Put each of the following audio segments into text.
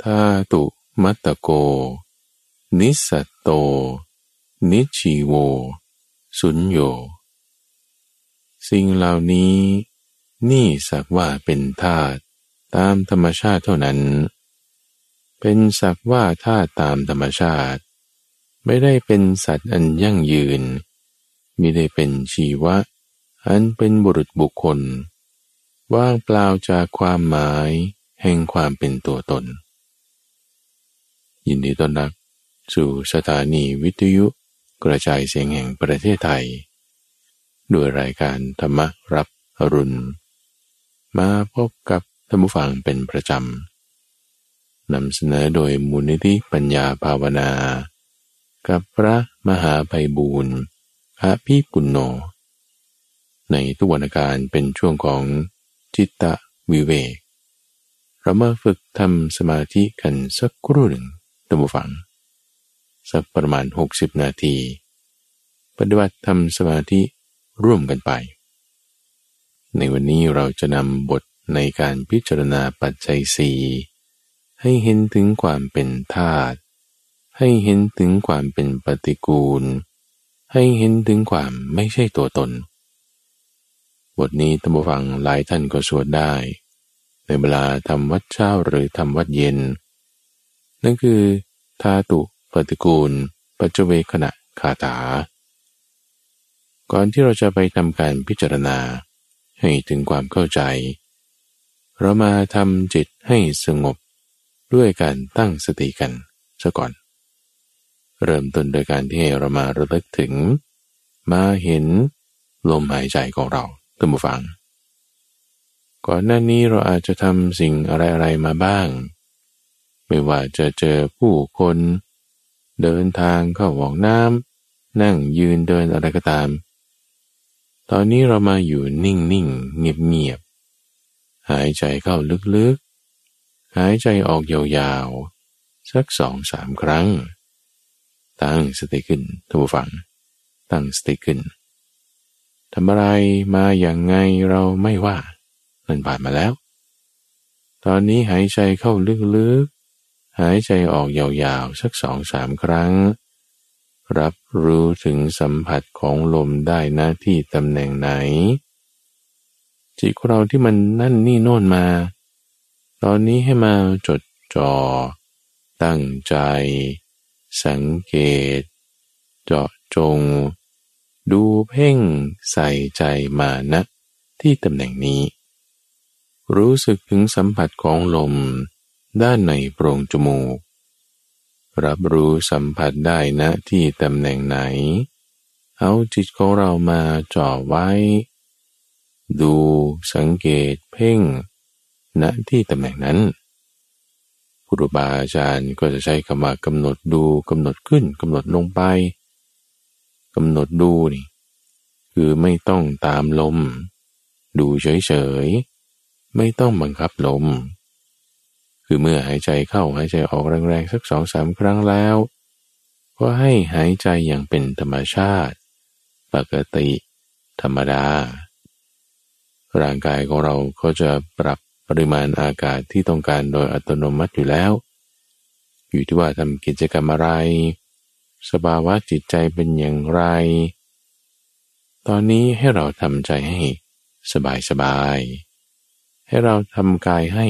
ธาตุมัตตโกนิสสัตโตนิชีโวสุญโญสิ่งเหล่านี้นี่สักว่าเป็นธาตุตามธรรมชาติเท่านั้นเป็นสักว่าธาตุตามธรรมชาติไม่ได้เป็นสัตว์อันยั่งยืนมิได้เป็นชีวะอันเป็นบุรุษบุคคลว่างเปล่าจากความหมายแห่งความเป็นตัวตนยินดีต้อนรับสู่สถานีวิทยุกระจายเสียงแห่งประเทศไทยด้วยรายการธรรมรับอรุณมาพบกับท่านผู้ฟังเป็นประจำนำเสนอโดยมูลนิธิปัญญาภาวนากับพระมหาไพบูลย์อภิปุณโญในทุกวันอังคารเป็นช่วงของจิตตวิเวกเรามาฝึกทำสมาธิกันสักครู่หนึ่งท่านผู้ฟังสักประมาณ60 นาทีปฏิบัติทำสมาธิร่วมกันไปในวันนี้เราจะนำบทในการพิจารณาปัจจัยสี่ให้เห็นถึงความเป็นธาตุให้เห็นถึงความเป็นปฏิกูลให้เห็นถึงความไม่ใช่ตัวตนบทนี้ท่านผู้ฟังหลายท่านก็สวดได้ในเวลาทำวัดเช้าหรือทำวัดเย็นนั่นคือธาตุปฏิกูลปัจจเวคขณะคาถาก่อนที่เราจะไปทำการพิจารณาให้ถึงความเข้าใจเรามาทำจิตให้สงบด้วยการตั้งสติกันซะก่อนเริ่มต้นโดยการที่เรามาระลึกถึงมาเห็นลมหายใจของเราท่านผู้ฟังก่อนหน้านี้เราอาจจะทำสิ่งอะไรๆมาบ้างไม่ว่าจะเจอผู้คนเดินทางเข้าห้องน้ำนั่งยืนเดินอะไรก็ตามตอนนี้เรามาอยู่นิ่งๆเงียบๆหายใจเข้าลึกๆหายใจออกยาวๆสัก2-3 ครั้งตั้งสติขึ้นท่านผู้ฟังตั้งสติขึ้นทำอะไรมาอย่างไงเราไม่ว่ามันผ่านมาแล้วตอนนี้หายใจเข้าลึกๆหายใจออกยาวๆสัก2-3 ครั้งรับรู้ถึงสัมผัสของลมได้หน้าที่ตำแหน่งไหนจิตของเราที่มันนั่นนี่โน่นมาตอนนี้ให้มาจดจ่อตั้งใจสังเกตเจาะจงดูเพ่งใส่ใจมาณที่ตำแหน่งนี้รู้สึกถึงสัมผัสของลมด้านในโพรงจมูกรับรู้สัมผัสได้ณที่ตำแหน่งไหนเอาจิตของเรามาจ่อไว้ดูสังเกตเพ่งณที่ตำแหน่งนั้นครูบาอาจารย์ก็จะใช้คำว่ากำหนดดูกำหนดขึ้นกำหนดลงไปกำหนดดูนี่คือไม่ต้องตามลมดูเฉยๆไม่ต้องบังคับลมคือเมื่อหายใจเข้าหายใจออกแรงๆสัก2-3 ครั้งแล้วก็ให้หายใจอย่างเป็นธรรมชาติปกติธรรมดาร่างกายของเราก็จะปรับปริมาณอากาศที่ต้องการโดยอัตโนมัติอยู่แล้วอยู่ที่ว่าทำกิจกรรมอะไรสภาวะจิตใจเป็นอย่างไรตอนนี้ให้เราทำใจให้สบายๆให้เราทำกายให้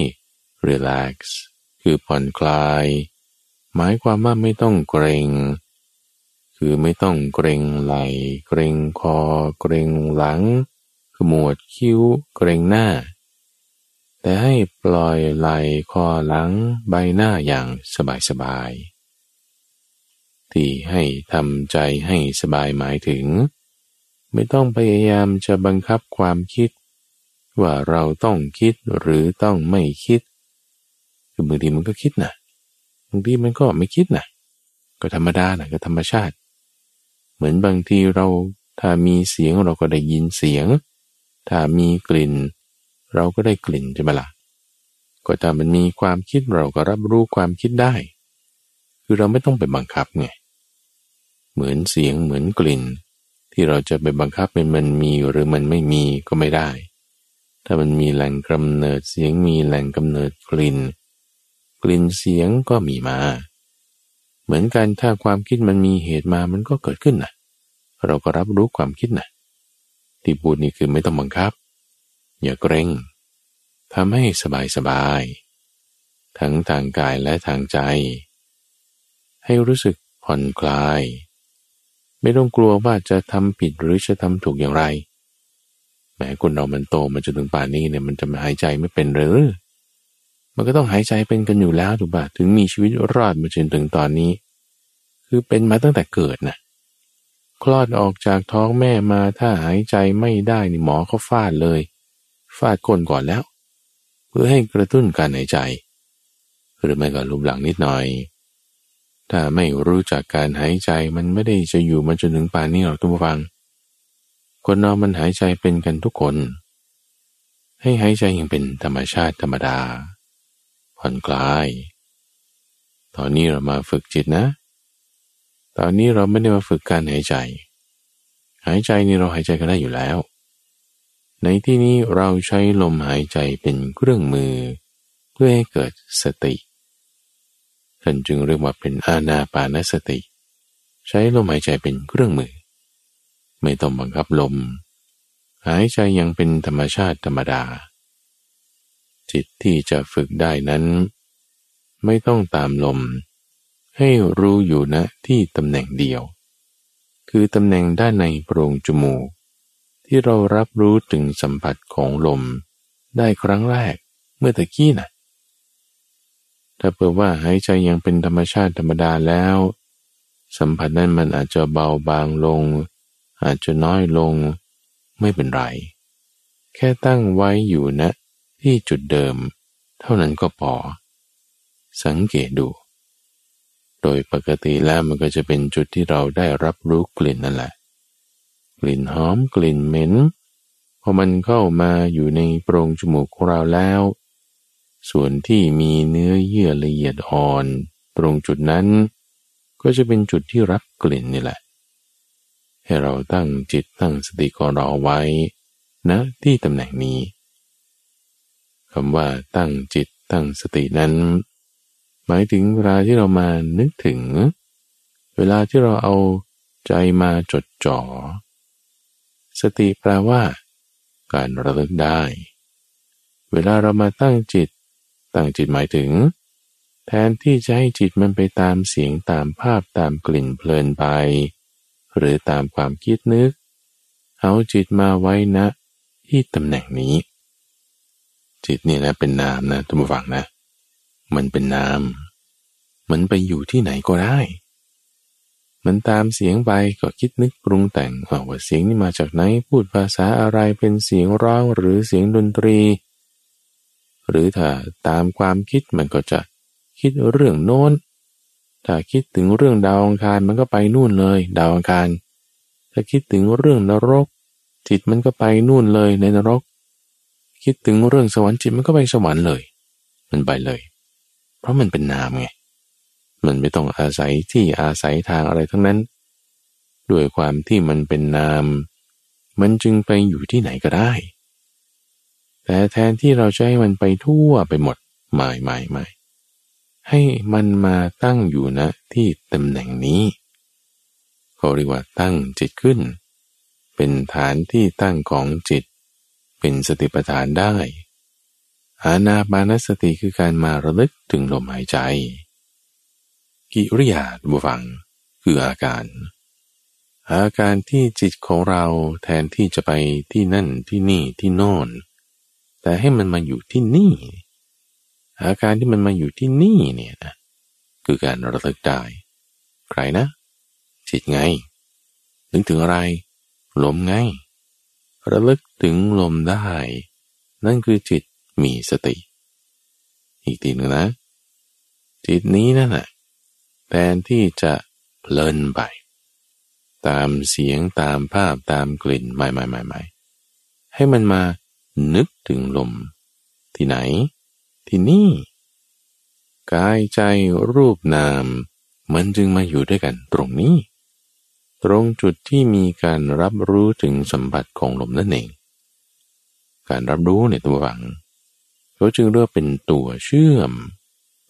relax คือผ่อนคลายหมายความว่าไม่ต้องเกรงคือไม่ต้องเกรงไหล่เกรงคอเกรงหลังขมวดคิ้วเกรงหน้าแต่ให้ปล่อยไหล่คอหลังใบหน้าอย่างสบายๆที่ให้ทำใจให้สบายหมายถึงไม่ต้องพยายามจะบังคับความคิดว่าเราต้องคิดหรือต้องไม่คิดคือบางทีมันก็คิดนะบางทีมันก็ไม่คิดนะก็ธรรมดานะก็ธรรมชาติเหมือนบางทีเราถ้ามีเสียงเราก็ได้ยินเสียงถ้ามีกลิ่นเราก็ได้กลิ่นใช่ไหมล่ะก็ถ้ามันมีความคิดเราก็รับรู้ความคิดได้คือเราไม่ต้องไปบังคับไงเหมือนเสียงเหมือนกลิ่นที่เราจะไปบังคับเป็นมันมีหรือมันไม่มีก็ไม่ได้ถ้ามันมีแหล่งกำเนิดเสียงมีแหล่งกำเนิดกลิ่นกลิ่นเสียงก็มีมาเหมือนกันถ้าความคิดมันมีเหตุมามันก็เกิดขึ้นนะเราก็รับรู้ความคิดนะที่พูดนี่คือไม่ต้องบังคับอย่าเกรงทำให้สบายๆทั้งทางกายและทางใจให้รู้สึกผ่อนคลายไม่ต้องกลัวว่าจะทำผิดหรือจะทำถูกอย่างไรแม้คนเรามันโตมาจนถึงป่านนี้เนี่ยมันจะมาหายใจไม่เป็นหรือมันก็ต้องหายใจเป็นกันอยู่แล้วถูกป่ะถึงมีชีวิตรอดมาจนถึงตอนนี้คือเป็นมาตั้งแต่เกิดนะคลอดออกจากท้องแม่มาถ้าหายใจไม่ได้นี่หมอเขาฟาดเลยฟาดก้นก่อนแล้วเพื่อให้กระตุ้นการหายใจหรือไม่ก็ลุมหลังนิดหน่อยถ้าไม่รู้จักการหายใจมันไม่ได้จะอยู่มาจนถึงป่านนี้หรอกทุกฟังคนเรามันหายใจเป็นกันทุกคนให้หายใจอย่างเป็นธรรมชาติธรรมดาผ่อนคลายตอนนี้เรามาฝึกจิตนะตอนนี้เราไม่ได้มาฝึกการหายใจหายใจนี่เราหายใจกันได้อยู่แล้วในที่นี้เราใช้ลมหายใจเป็นเครื่องมือเพื่อให้เกิดสติท่านจึงเรียกว่าเป็นอานาปานสติใช้ลมหายใจเป็นเครื่องมือไม่ต้องบังคับลมหายใจยังเป็นธรรมชาติธรรมดาจิตที่จะฝึกได้นั้นไม่ต้องตามลมให้รู้อยู่ณที่ตำแหน่งเดียวคือตำแหน่งด้านในโพรงจมูกที่เรารับรู้ถึงสัมผัสของลมได้ครั้งแรกเมื่อตะกี้น่ะถ้าเผื่อว่าหายใจยังเป็นธรรมชาติธรรมดาแล้วสัมผัสนั้นมันอาจจะเบาบางลงอาจจะน้อยลงไม่เป็นไรแค่ตั้งไว้อยู่ณที่จุดเดิมเท่านั้นก็พอสังเกตดูโดยปกติแล้วมันก็จะเป็นจุดที่เราได้รับรู้กลิ่นนั่นแหละกลิ่นหอมกลิ่นเหม็นพอมันเข้ามาอยู่ในโพรงจมูกของเราแล้วส่วนที่มีเนื้อเยื่อละเอียดอ่อนตรงจุดนั้นก็จะเป็นจุดที่รับกลิ่นนี่แหละให้เราตั้งจิตตั้งสติของเราไว้ณที่ตำแหน่งนี้คำว่าตั้งจิตตั้งสตินั้นหมายถึงเวลาที่เรามานึกถึงเวลาที่เราเอาใจมาจดจ่อสติแปลว่าการระลึกได้เวลาเรามาตั้งจิตหมายถึงแทนที่จะให้จิตมันไปตามเสียงตามภาพตามกลิ่นเพลินไปหรือตามความคิดนึกเอาจิตมาไว้ณที่ตำแหน่งนี้จิตนี่นะเป็นนามนะทุกผู้ฟังนะมันเป็นนามมันไปอยู่ที่ไหนก็ได้มันตามเสียงไปก็คิดนึกปรุงแต่งว่าเสียงนี้มาจากไหนพูดภาษาอะไรเป็นเสียงร้องหรือเสียงดนตรีหรือถ้าตามความคิดมันก็จะคิดเรื่องโน้นถ้าคิดถึงเรื่องดาวอังคารมันก็ไปนู่นเลยดาวอังคารถ้าคิดถึงเรื่องนรกจิตมันก็ไปนู่นเลยในนรกคิดถึงเรื่องสวรรค์จิตมันก็ไปสวรรค์เลยมันไปเลยเพราะมันเป็นนามไงมันไม่ต้องอาศัยที่อาศัยทางอะไรทั้งนั้นด้วยความที่มันเป็นนามมันจึงไปอยู่ที่ไหนก็ได้แต่แทนที่เราจะให้มันไปทั่วไปหมดไม่ให้มันมาตั้งอยู่ณที่ตำแหน่งนี้เขาเรียกว่าตั้งจิตขึ้นเป็นฐานที่ตั้งของจิตเป็นสติปัฏฐานได้อานาปานสติคือการมาระลึกถึงลมหายใจกิริยาบุฟังคืออาการที่จิตของเราแทนที่จะไปที่นั่นที่นี่ที่โน่นแต่ให้มันมาอยู่ที่นี่อาการที่มันมาอยู่ที่นี่เนี่ยนะคือการระลึกได้ใครนะจิตไงนึกถึงอะไรลมไงระลึกถึงลมได้นั่นคือจิตมีสติอีกทีหนึ่งนะจิตนี้นั่นแหละแทนที่จะเพลินไปตามเสียงตามภาพตามกลิ่นไม่ให้มันมานึกถึงลมที่ไหนที่นี่กายใจรูปนามมันจึงมาอยู่ด้วยกันตรงนี้ตรงจุดที่มีการรับรู้ถึงสัมผัสของลมนั่นเองการรับรู้ในตัวฝังเขาจึงเรียกเป็นตัวเชื่อม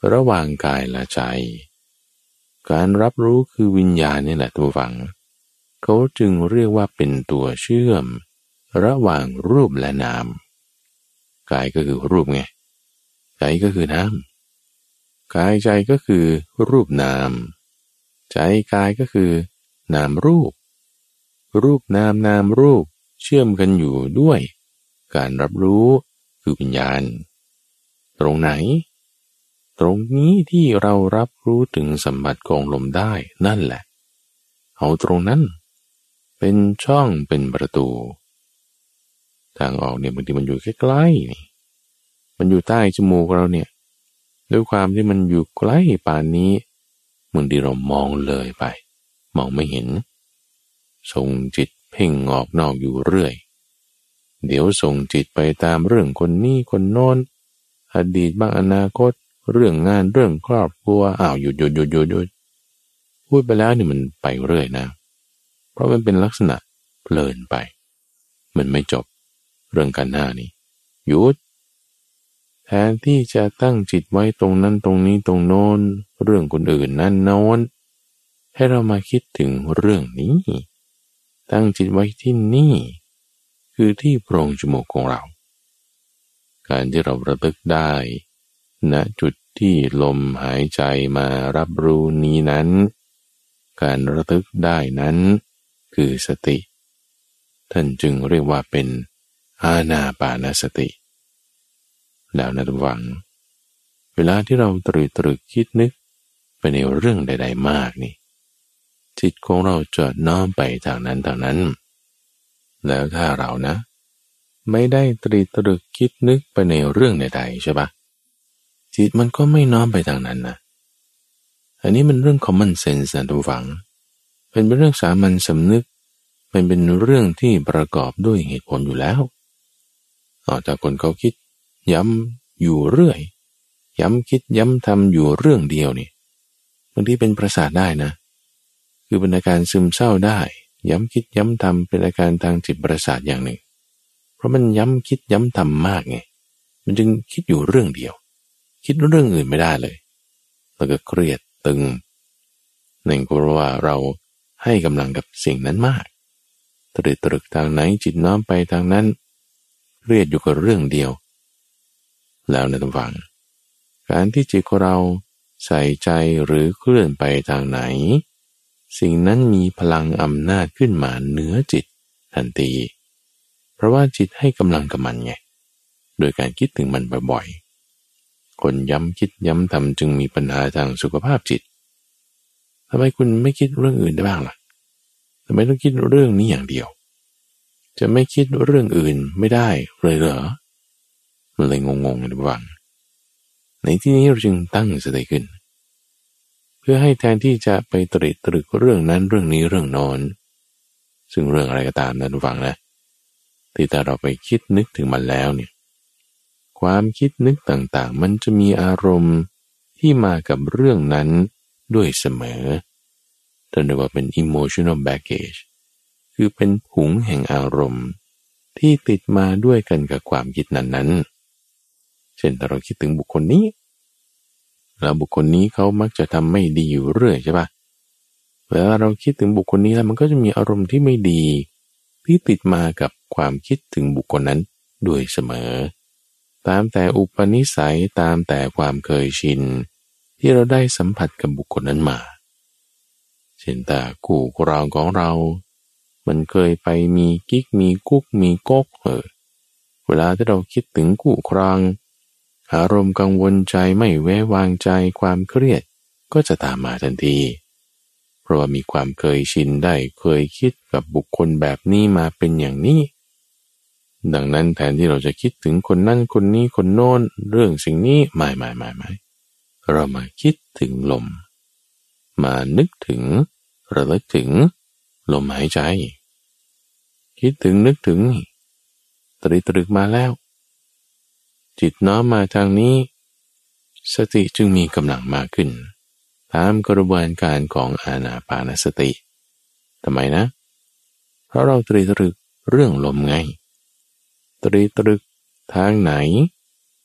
ระหว่างกายและใจการรับรู้คือวิญญาณนี่แหละตัวฝังเขาจึงเรียกว่าเป็นตัวเชื่อมระหว่างรูปและนามกายก็คือรูปไงใจก็คือน้ำกายใจก็คือรูปนามใจกายก็คือนามรูปรูปนามนามรูปเชื่อมกันอยู่ด้วยการรับรู้คือวิญญาณตรงไหนตรงนี้ที่เรารับรู้ถึงสัมผัสของลมได้นั่นแหละเอาตรงนั้นเป็นช่องเป็นประตูทางออกเนี่ยบางทีมันอยู่ใกล้ๆนี่มันอยู่ใต้จมูกเราเนี่ยด้วยความที่มันอยู่ใกล้ป่านนี้บางทีเรามองเลยไปมองไม่เห็นส่งจิตเพ่งออกนอกอยู่เรื่อยเดี๋ยวส่งจิตไปตามเรื่องคนนี้คนโน้นอดีตบ้างอนาคตเรื่องงานเรื่องครอบครัวหยุดพูดไปแล้วนี่มันไปเรื่อยนะเพราะมันเป็นลักษณะเพลินไปมันไม่จบเรื่องการหน้านี่หยุดแทนที่จะตั้งจิตไว้ตรงนั้นตรงนี้ตรงโน้นเรื่องคนอื่นนั่นโน้นให้เรามาคิดถึงเรื่องนี้ตั้งจิตไว้ที่นี่คือที่โพรงจมูกของเราการที่เราระลึกได้ณจุดที่ลมหายใจมารับรู้นี้นั้นการระลึกได้นั้นคือสติท่านจึงเรียกว่าเป็นอานาปานสติแล้วนะทุกฝังเวลาที่เราตรึกคิดนึกไปในเรื่องใดๆมากนี่จิตของเราจะน้อมไปทางนั้นแล้วถ้าเรานะไม่ได้ตรึกคิดนึกไปในเรื่องใดๆใช่ปะจิตมันก็ไม่น้อมไปทางนั้นนะอันนี้มันเรื่อง common sense นะทุกฝังเป็นเรื่องสามัญสำนึกเป็นเรื่องที่ประกอบด้วยเหตุผลอยู่แล้วแต่คนเขาคิดย้ำอยู่เรื่อยย้ำคิดย้ำทำอยู่เรื่องเดียวนี่บางทีเป็นประสาทได้นะคือเป็นอาการซึมเศร้าได้ย้ำคิดย้ำทำเป็นอาการทางจิตประสาทอย่างหนึ่งเพราะมันย้ำคิดย้ำทำมากไงมันจึงคิดอยู่เรื่องเดียวคิดเรื่องอื่นไม่ได้เลยแล้วก็เครียดตึงนั่นก็เพราะว่าเราให้กำลังกับสิ่งนั้นมากตรึกทางไหนจิตน้อมไปทางนั้นเครียดอยู่กับเรื่องเดียวแล้วนะท่านฟังการที่จิตของเราใส่ใจหรือเคลื่อนไปทางไหนสิ่งนั้นมีพลังอำนาจขึ้นมาเหนือจิตทันทีเพราะว่าจิตให้กำลังกับมันไงโดยการคิดถึงมันบ่อยๆคนย้ำคิดย้ำทำจึงมีปัญหาทางสุขภาพจิตทำไมคุณไม่คิดเรื่องอื่นได้บ้างล่ะทำไมต้องคิดเรื่องนี้อย่างเดียวจะไม่คิดเรื่องอื่นไม่ได้เลยเหรอมันเลยงงๆนะบ้างในที่นี้เราจึงตั้งสติขึ้นเพื่อให้แทนที่จะไปตรึกเรื่องนั้นเรื่องนี้เรื่องนอนซึ่งเรื่องอะไรก็ตามนะทุกฝั่งนะที่ถ้าเราไปคิดนึกถึงมันแล้วเนี่ยความคิดนึกต่างๆมันจะมีอารมณ์ที่มากับเรื่องนั้นด้วยเสมอเรียกว่าเป็น emotional baggage คือเป็นผงแห่งอารมณ์ที่ติดมาด้วยกันกับความคิดนั้นๆเช่นถ้าเราคิดถึงบุคคลนี้แล้วบุคคลนี้เขามักจะทำไม่ดีอยู่เรื่อยใช่ปะเวลาเราคิดถึงบุคคลนี้แล้วมันก็จะมีอารมณ์ที่ไม่ดีที่ติดมากับความคิดถึงบุคคลนั้นด้วยเสมอตามแต่อุปนิสัยตามแต่ความเคยชินที่เราได้สัมผัสกับบุคคลนั้นมาเช่นแต่คู่ครองของเรามันเคยไปมีกิ๊กมีกุ๊กมีก๊กเวลาที่เราคิดถึงคู่ครองอารมณ์กังวลใจไม่ไว้วางใจความเครียดก็จะตามมาทันทีเพราะว่ามีความเคยชินได้เคยคิดกับบุคคลแบบนี้มาเป็นอย่างนี้ดังนั้นแทนที่เราจะคิดถึงคนนั้นคนนี้คนโน้นเรื่องสิ่งนี้ไม่เรามาคิดถึงลมมานึกถึงระลึกถึงลมหายใจคิดถึงนึกถึงตรึกมาแล้วจิตน้อมมาทางนี้สติจึงมีกำลังมากขึ้นตามกระบวนการของอานาปานสติทำไมนะเพราะเราตรึกเรื่องลมไงตรึกทางไหน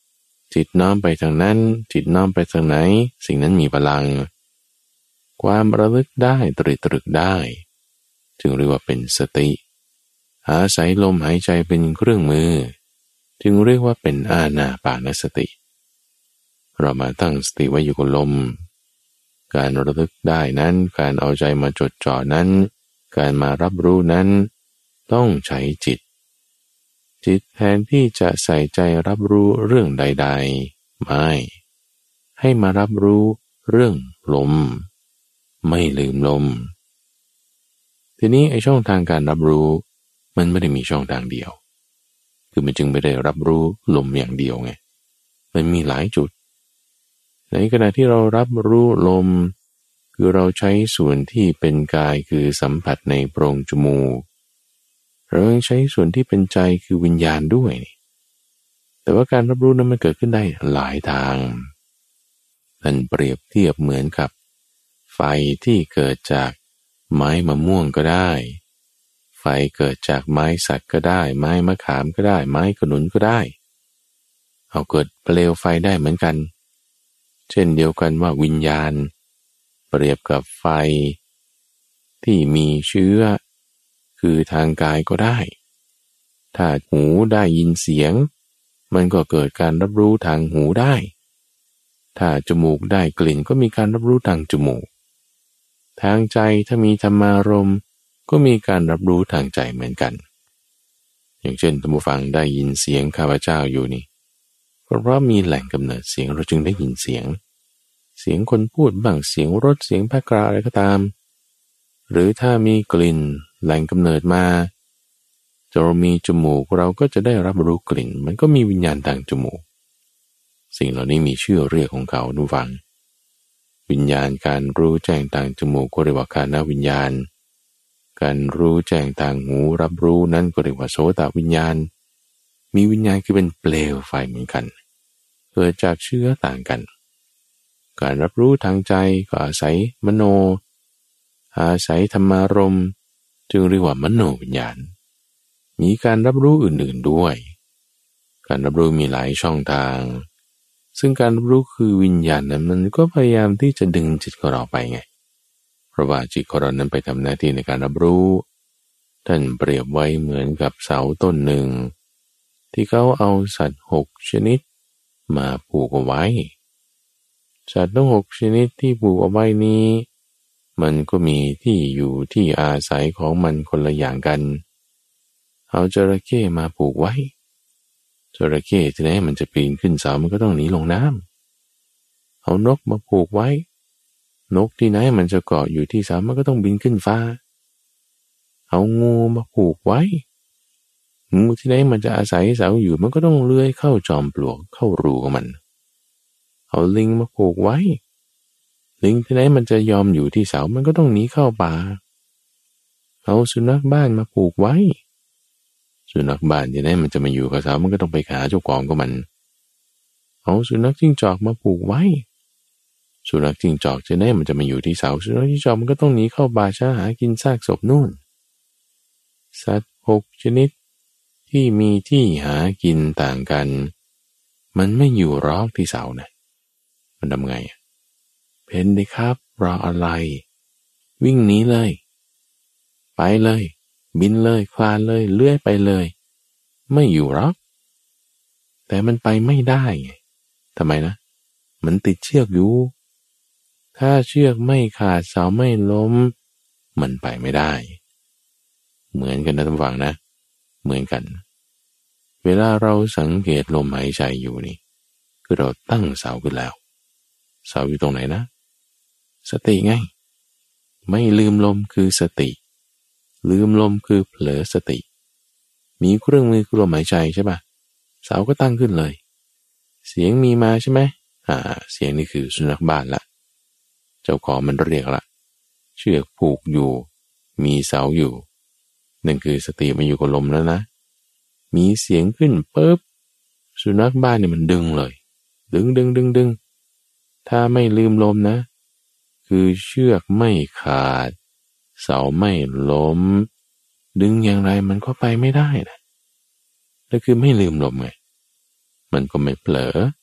จิตน้อมไปทางนั้นจิตน้อมไปทางไหนสิ่งนั้นมีพลังความระลึกได้ตรึกได้จึงเรียกว่าเป็นสติอาศัยลมหายใจเป็นเครื่องมือจึงเรียกว่าเป็นอานาปานสติเรามาตั้งสติไว้อยู่กับลมการระลึกได้นั้นการเอาใจมาจดจ่อนั้นการมารับรู้นั้นต้องใช้จิตแทนที่จะใส่ใจรับรู้เรื่องใดๆไม่ให้มารับรู้เรื่องลมไม่ลืมลมทีนี้ไอ้ช่องทางการรับรู้มันไม่ได้มีช่องทางเดียวคือมันจึงไม่ได้รับรู้ลมอย่างเดียวไงมันมีหลายจุดในขณะที่เรารับรู้ลมคือเราใช้ส่วนที่เป็นกายคือสัมผัสในโพรงจมูกเรายังใช้ส่วนที่เป็นใจคือวิญญาณด้วยแต่ว่าการรับรู้นั้นมันเกิดขึ้นได้หลายทางมันเปรียบเทียบเหมือนกับไฟที่เกิดจากไม้มะม่วงก็ได้ไฟเกิดจากไม้สักก็ได้ไม้มะขามก็ได้ไม้ขนุนก็ได้เอาเกิดเปลวไฟได้เหมือนกันเช่นเดียวกันว่าวิญญาณเปรียบกับไฟที่มีเชื้อคือทางกายก็ได้ถ้าหูได้ยินเสียงมันก็เกิดการรับรู้ทางหูได้ถ้าจมูกได้กลิ่นก็มีการรับรู้ทางจมูกทางใจถ้ามีธรรมารมณ์ก็มีการรับรู้ทางใจเหมือนกันอย่างเช่นท่านผู้ฟังได้ยินเสียงข้าพเจ้าอยู่นี่เพราะมีแหล่งกำเนิดเสียงเราจึงได้ยินเสียงคนพูดบ้างเสียงรถเสียงแพะกราอะไรก็ตามหรือถ้ามีกลิ่นแหล่งกำเนิดมาเรามีจมูกเราก็จะได้รับรู้กลิ่นมันก็มีวิญญาณทางจมูกสิ่งเหล่านี้มีชื่อเรียกของเขาดูฟังวิญญาณการรู้แจ้งทางจมูกก็เรียกว่าคานวิญญาณการรู้แจ้งทางหูรับรู้นั้นก็เรียกว่าโสตวิญญาณมีวิญญาณคือเป็นเปลวไฟเหมือนกันเกิดจากเชื้อต่างกันการรับรู้ทางใจก็อาศัยมโนอาศัยธรรมารมณ์จึงเรียกว่ามโนวิญญาณมีการรับรู้อื่นๆด้วยการรับรู้มีหลายช่องทางซึ่งการรับรู้คือวิญญาณนั้นมันก็พยายามที่จะดึงจิตของเราไปไงเพราะว่าจิตของเรานั้นไปทำหน้าที่ในการรับรู้ท่านเปรียบไว้เหมือนกับเสาต้นหนึ่งที่เขาเอาสัตว์6 ชนิดมาผูกเอาไว้สัตว์ทั้ง6 ชนิดที่ผูกเอาไว้นี้มันก็มีที่อยู่ที่อาศัยของมันคนละอย่างกันเอาจระเข้มาผูกไว้จระเข้ที่ไหนมันจะปีนขึ้นเสามันก็ต้องหนีลงน้ำเอานกมาผูกไว้นกที่ไหนมันจะเกาะอยู่ที่เสามันก็ต้องบินขึ้นฟ้าเอางูมาผูกไว้งูที่ไหนมันจะอาศัยเสาอยู่มันก็ต้องเลื้อยเข้าจอมปลวกเข้ารูของมันเอาลิงมาผูกไว้ลิงที่ไหนมันจะยอมอยู่ที่เสามันก็ต้องหนีเข้าป่าเอาสุนัขบ้านมาผูกไว้สุนัขบ้านที่ไหนมันจะมาอยู่กับเสามันก็ต้องไปหาเจ้าของของมันเอาสุนัขจิ้งจอกมาผูกไว้สุนัขจิ้งจอกที่ไหนมันจะมาอยู่ที่เสาสุนัขจิ้งจอกมันก็ต้องหนีเข้าป่าช้าหากินซากศพนู่นสัตว์6 ชนิดที่มีที่หากินต่างกันมันไม่อยู่รอกที่เสานะมันทำไงเพนดิครับรออะไรวิ่งหนีเลยไปเลยบินเลยคลานเลยเลื่อยไปเลยไม่อยู่หรอกแต่มันไปไม่ได้ไงทำไมนะมันติดเชือกอยู่ถ้าเชือกไม่ขาดเสาไม่ล้มมันไปไม่ได้เหมือนกันนะท่านฟังนะเหมือนกันเวลาเราสังเกตลมหายใจอยู่นี่คือเราตั้งเสาขึ้นแล้วเสาอยู่ตรงไหนนะสติไงไม่ลืมลมคือสติลืมลมคือเผลอสติมีเครื่องมือคือลมหายใจใช่ปะเสาก็ตั้งขึ้นเลยเสียงมีมาใช่ไหมเสียงนี่คือสุนัขบ้านละเจ้าของมันเรียกละเชือกผูกอยู่มีเสาอยู่นั่นคือสติมาอยู่กับลมแล้วนะมีเสียงขึ้นปุ๊บสุนัขบ้านนี่มันดึงเลยดึงถ้าไม่ลืมลมนะคือเชือกไม่ขาดเสาไม่ล้มดึงอย่างไรมันก็ไปไม่ได้นะนั่นคือไม่ลืมลมไงมันก็ไม่เผลอ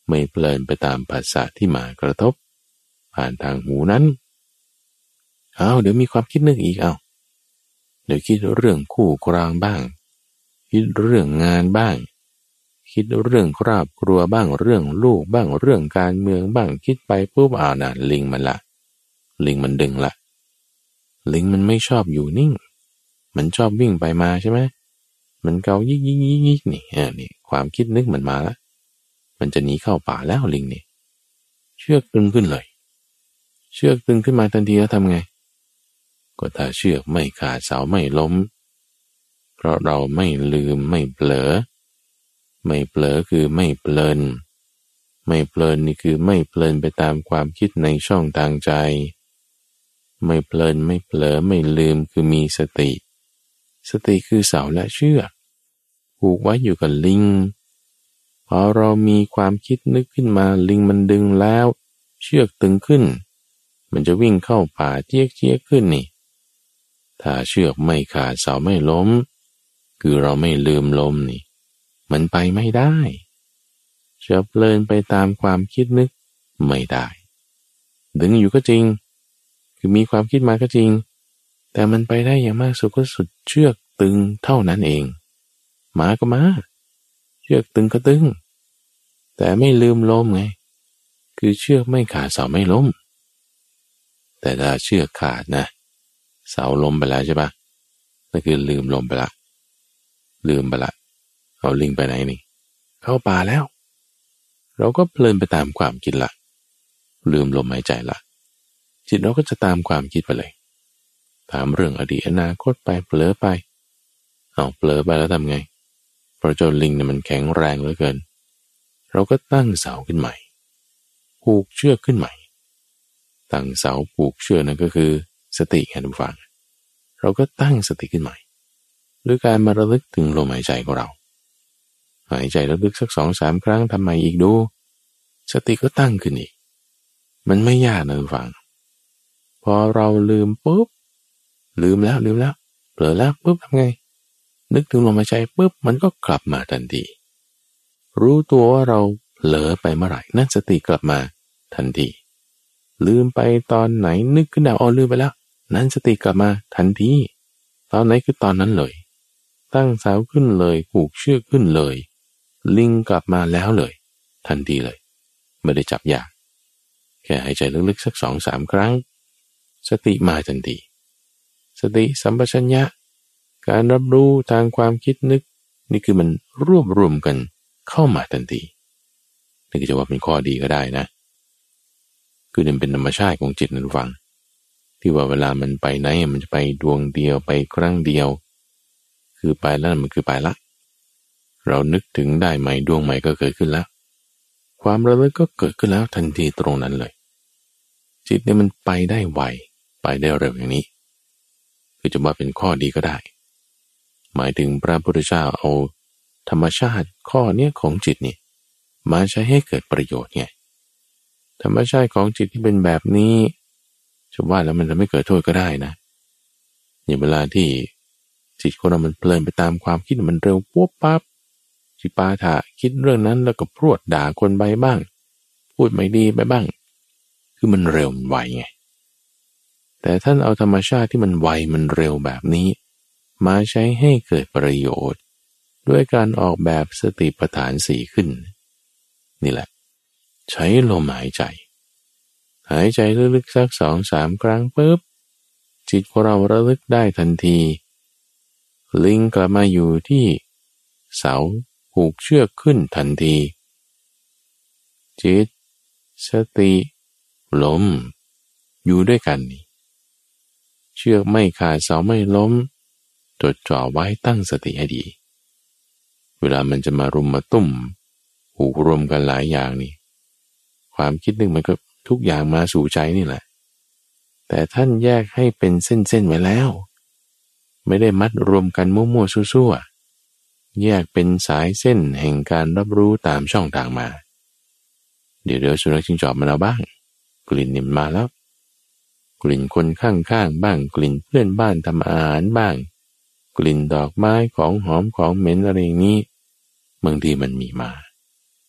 ไม่เพลินไปตามภาษาที่มากระทบผ่านทางหูนั้นเดี๋ยวมีความคิดนึกอีกเดี๋ยวคิดเรื่องคู่ครองบ้างคิดเรื่องงานบ้างคิดเรื่องครอบครัวบ้างเรื่องลูกบ้างเรื่องการเมืองบ้างคิดไปปุ๊บนะลิงมันละลิงมันดึงละลิงมันไม่ชอบอยู่นิ่งมันชอบวิ่งไปมาใช่ไหมมันเกายิกยิกยิกยิกนี่ความคิดนึกมันมาละมันจะหนีเข้าป่าแล้วลิงนี่เชือกตึงขึ้นเลยเชือกตึงขึ้นมาทันทีแล้วทำไงก็ถ้าเชือกไม่ขาดเสาไม่ล้มเพราะเราไม่ลืมไม่เผลอไม่เผลอคือไม่เพลินไม่เพลินนี่คือไม่เพลินไปตามความคิดในช่องทางใจไม่เพลินไม่เผลอไม่ลืมคือมีสติสติคือเสาและเชือกผูกไว้อยู่กับลิงพอเรามีความคิดนึกขึ้นมาลิงมันดึงแล้วเชือกตึงขึ้นมันจะวิ่งเข้าป่าเจี๊ยกเจี๊ยกขึ้นนี่ถ้าเชือกไม่ขาดเสาไม่ล้มคือเราไม่ลืมลมนี่มันไปไม่ได้จะเพลินไปตามความคิดนึกไม่ได้ดึงอยู่ก็จริงคือมีความคิดมาก็จริงแต่มันไปได้อย่างมากสุดก็สุดเชือกตึงเท่านั้นเองมาก็มาเชือกตึงก็ตึงแต่ไม่ลืมลมไงคือเชือกไม่ขาดเสาไม่ล้มแต่ถ้าเชือกขาดนะเสาล้มไปแล้วใช่ปะนั่นคือลืมลมไปละลืมไปละเอาลิงไปไหนนี่เข้าป่าแล้วเราก็เพลินไปตามความคิดละลืมลมหายใจละจิตเราก็จะตามความคิดไปเลยถามเรื่องอดีตอนาคตไปเผลอไปเผลอไปแล้วทำไงเพราะเจ้าลิงเนี่ยมันแข็งแรงเหลือเกินเราก็ตั้งเสาขึ้นใหม่ผูกเชือกขึ้นใหม่ตั้งเสาผูกเชือกนั่นก็คือสติไงทุกฝังเราก็ตั้งสติขึ้นใหม่ด้วยการมาระลึกถึงลมหายใจของเราหายใจระลึกสัก 2-3 ครั้งทำใหม่อีกดูสติก็ตั้งขึ้นอีกมันไม่ยากนะทุกฝังพอเราลืมปุ๊บลืมแล้วเผลอแล้วปุ๊บทำไงนึกถึงลมหายใจปุ๊บมันก็กลับมาทันทีรู้ตัวว่าเราเผลอไปเมื่อไหร่นั่นสติกลับมาทันทีลืมไปตอนไหนนึกขึ้นได้ลืมไปแล้วนั้นสติกลับมาทันทีตอนไหนคือตอนนั้นเลยตั้งเสาขึ้นเลยผูกเชือกขึ้นเลยลิงกลับมาแล้วเลยทันทีเลยไม่ได้จับยากแค่หายใจลึกๆสัก 2-3 ครั้งสติมาทันทีสติสัมปชัญญะการรับรู้ทางความคิดนึกนี่คือมันรวมกันเข้ามาทันทีนี่ก็จะว่าเป็นข้อดีก็ได้นะคือมันเป็นธรรมชาติของจิตนั่นฟังที่ว่าเวลามันไปไหนมันจะไปดวงเดียวไปครั้งเดียวคือไปแล้วมันคือไปละเรานึกถึงได้ใหม่ดวงใหม่ก็เกิดขึ้นแล้วความระลึกก็เกิดขึ้นแล้วทันทีตรงนั้นเลยจิตเนี่ยมันไปได้ไวไปได้เร็วอย่างนี้คือจะว่าเป็นข้อดีก็ได้หมายถึงพระพุทธเจ้าเอาธรรมชาติข้อเนี้ยของจิตนี่มาใช้ให้เกิดประโยชน์ไงธรรมชาติของจิตที่เป็นแบบนี้จะว่าแล้วมันจะไม่เกิดโทษก็ได้นะอย่างเวลาที่จิตของเรามันเพลินไปตามความคิดมันเร็วปุ๊บปั๊บจิปาถะคิดเรื่องนั้นแล้วก็พรวดด่าคนไปบ้างพูดไม่ดีไปบ้างคือมันเร็วมันไวไงแต่ท่านเอาธรรมชาติที่มันไวมันเร็วแบบนี้มาใช้ให้เกิดประโยชน์ด้วยการออกแบบสติปัฏฐาน 4ขึ้นนี่แหละใช้ลมหายใจหายใจลึกๆสัก 2-3 ครั้งปุ๊บจิตของเราระลึกได้ทันทีลิงกลับมาอยู่ที่เสาผูกเชือกขึ้นทันทีจิตสติลมอยู่ด้วยกันนี่เชือกไม่ขาดเสาไม่ล้มจดจ่อไว้ตั้งสติให้ดีเวลามันจะมารุมมาตุ้มผูกรวมกันหลายอย่างนี่ความคิดนึงมันก็ทุกอย่างมาสู่ใจนี่แหละแต่ท่านแยกให้เป็นเส้นๆไว้แล้วไม่ได้มัดรวมกันมั่วๆซั่วๆแยกเป็นสายเส้นแห่งการรับรู้ตามช่องทางมาเดี๋ยวสุนัขจิ้งจอกมันเอาบ้างกลิ่นนี่มันมาแล้วกลิ่นคนข้างๆบ้างกลิ่นเพื่อนบ้านทำอาหารบ้างกลิ่นดอกไม้ของหอมของเหม็นอะไรอย่างนี้บางทีมันมีมา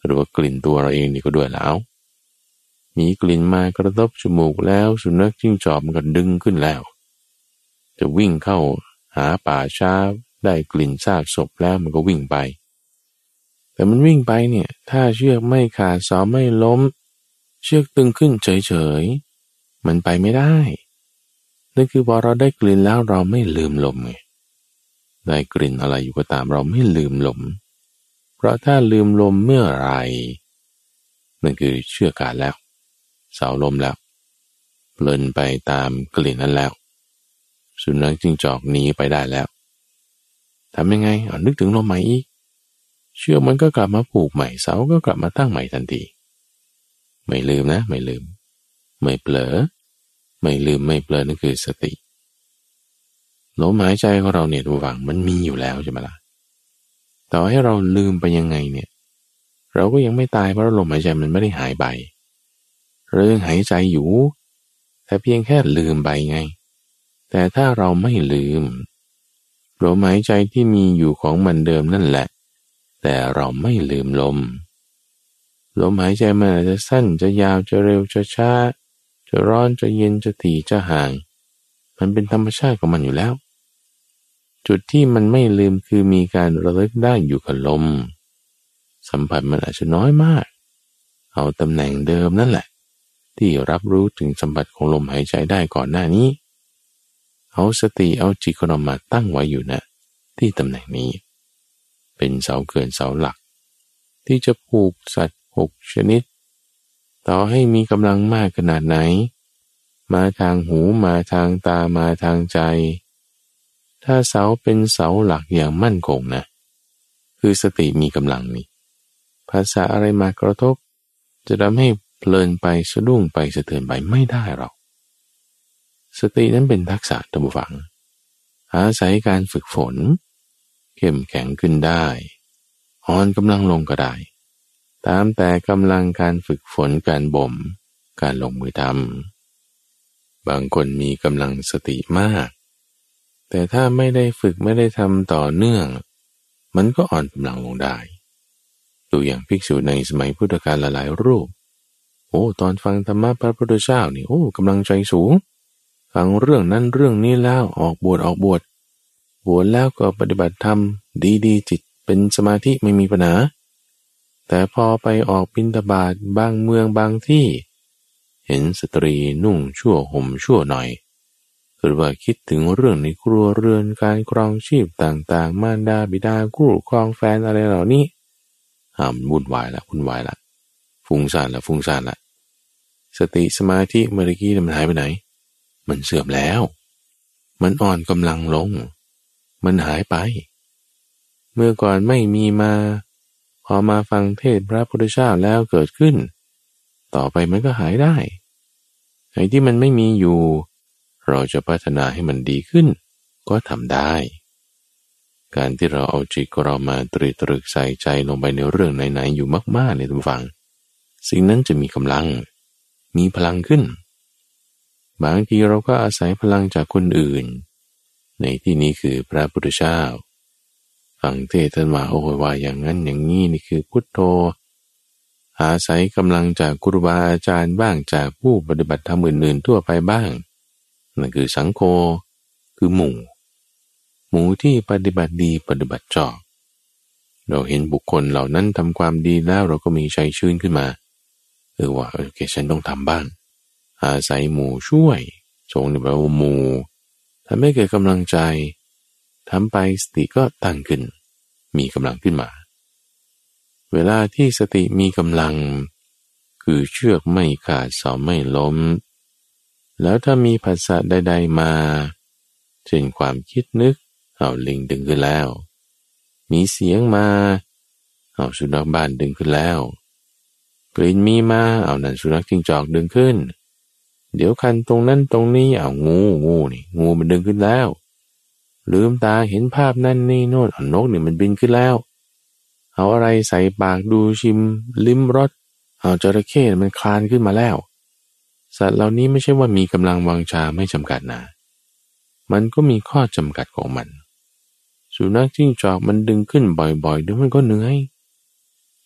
หรือว่ากลิ่นตัวเราเองนี่ก็ด้วยแล้วมีกลิ่นมากระทบจมูกแล้วสุนัขจิ้งจอกมันก็ดึงขึ้นแล้วจะวิ่งเข้าหาป่าช้าได้กลิ่นซากศพแล้วมันก็วิ่งไปแต่มันวิ่งไปเนี่ยถ้าเชือกไม่ขาดเสาไม่ล้มเชือกตึงขึ้นเฉยๆมันไปไม่ได้นั่นคือพอเราได้กลิ่นแล้วเราไม่ลืมลมไงได้กลิ่นอะไรอยู่ก็ตามเราไม่ลืมลมเพราะถ้าลืมลมเมื่อไรนั่นคือเชือกขาดแล้วเสาล้มแล้วเพลินไปตามกลิ่นนั้นแล้วสุนัขจิ้งจอกหนีไปได้แล้วทำยังไงนึกถึงลมใหม่อีกเชือกมันก็กลับมาผูกใหม่เสาก็กลับมาตั้งใหม่ทันทีไม่ลืมนะไม่ลืมไม่เผลอไม่ลืมไม่เผลอนั่นคือสติลมหายใจของเราเนี่ยทุกฝั่งมันมีอยู่แล้วใช่ไหมล่ะต่อให้เราลืมไปยังไงเนี่ยเราก็ยังไม่ตายเพราะลมหายใจมันไม่ได้หายไปเรายังหายใจอยู่แต่เพียงแค่ลืมไปไงแต่ถ้าเราไม่ลืมลมหายใจที่มีอยู่ของมันเดิมนั่นแหละแต่เราไม่ลืมลมหายใจมันอาจจะสั้นจะยาวจะเร็วจะช้าจะร้อนจะเย็นจะถี่จะห่างมันเป็นธรรมชาติของมันอยู่แล้วจุดที่มันไม่ลืมคือมีการระลึกได้อยู่กับลมสัมผัสมันอาจจะน้อยมากเอาตำแหน่งเดิมนั่นแหละที่รับรู้ถึงสัมผัสของลมหายใจได้ก่อนหน้านี้เอาสติเอาจิตของเรามาตั้งไว้อยู่นะที่ตำแหน่งนี้เป็นเสาเกินเสาหลักที่จะผูกสัตว์6 ชนิดต่อให้มีกำลังมากขนาดไหนมาทางหูมาทางตามาทางใจถ้าเสาเป็นเสาหลักอย่างมั่นคงนะคือสติมีกำลังนี่ภาษาอะไรมากระทบจะทำให้เพลินไปสะดุ้งไปสะเทือนไปไม่ได้หรอกสตินั้นเป็นทักษะท่านผู้ฟังอาศัยการฝึกฝนเข้มแข็งขึ้นได้อ่อนกำลังลงก็ได้ตามแต่กำลังการฝึกฝนการบ่มการลงมือทำบางคนมีกำลังสติมากแต่ถ้าไม่ได้ฝึกไม่ได้ทำต่อเนื่องมันก็อ่อนกำลังลงได้ดูอย่างภิกษุในสมัยพุทธกาลหลายรูปตอนฟังธรรมะพระพุทธเจ้านี่กำลังใจสูงฟังเรื่องนั้นเรื่องนี้แล้วออกบวชบวชแล้วก็ปฏิบัติธรรมดีๆจิตเป็นสมาธิไม่มีปัญหาแต่พอไปออกบิณฑบาตบางเมืองบางที่เห็นสตรีนุ่งชั่วห่มชั่วหน่อยหรือว่าคิดถึงเรื่องในครัวเรือนการครองชีพต่างๆมารดาบิดาคู่ครองแฟนอะไรเหล่านี้วุ่นวายละฟุ้งซ่านละสติสมาธิเมื่อกี้มันหายไปไหนมันเสื่อมแล้วมันอ่อนกำลังลงมันหายไปเมื่อก่อนไม่มีมาพอมาฟังเทศน์พระพุทธเจ้าแล้วเกิดขึ้นต่อไปมันก็หายได้ไอ้ที่มันไม่มีอยู่เราจะพัฒนาให้มันดีขึ้นก็ทำได้การที่เราเอาจิตของเรามาตรึกใส่ใจลงไปในเรื่องไหนๆอยู่มากๆในทุกฝั่งสิ่งนั้นจะมีกำลังมีพลังขึ้นบางทีเราก็อาศัยพลังจากคนอื่นในที่นี้คือพระพุทธเจ้าฟังเทศน์ท่านว่าว่าอย่างนั้นอย่างนี้นี่คือพุทโธอาศัยกำลังจากครูบาอาจารย์บ้างจากผู้ปฏิบัติธรรมอื่นๆทั่วไปบ้างนั่นคือสังโฆคือหมู่ที่ปฏิบัติดีปฏิบัติชอบเราเห็นบุคคลเหล่านั้นทำความดีแล้วเราก็มีใจชื้นขึ้นมาว่าโอเคฉันต้องทำบ้างอาศัยหมู่ช่วยทรงแปลว่าหมู่ทำให้เกิดกำลังใจทำไปสติก็ตั้งขึ้นมีกำลังขึ้นมาเวลาที่สติมีกำลังคือเชือกไม่ขาดเสาไม่ล้มแล้วถ้ามีภาษาใดๆมาเช่นความคิดนึกลิงดึงขึ้นแล้วมีเสียงมาสุนัขบ้านดึงขึ้นแล้วกลิ่นมีมานั่นสุนัขจิ้งจอกดึงขึ้นเดี๋ยวคันตรงนั้นตรงนี้งูนี่งูมันดึงขึ้นแล้วลืมตาเห็นภาพนั่นนี่โน่นนกนี่มันบินขึ้นแล้วเอาอะไรใส่ปากดูชิมลิ้มรสจระเข้มันคลานขึ้นมาแล้วสัตว์เหล่านี้ไม่ใช่ว่ามีกำลังวังชาไม่จำกัดนะมันก็มีข้อจำกัดของมันสุนัขจิ้งจอกมันดึงขึ้นบ่อยๆเดี๋ยวมันก็เหนื่อย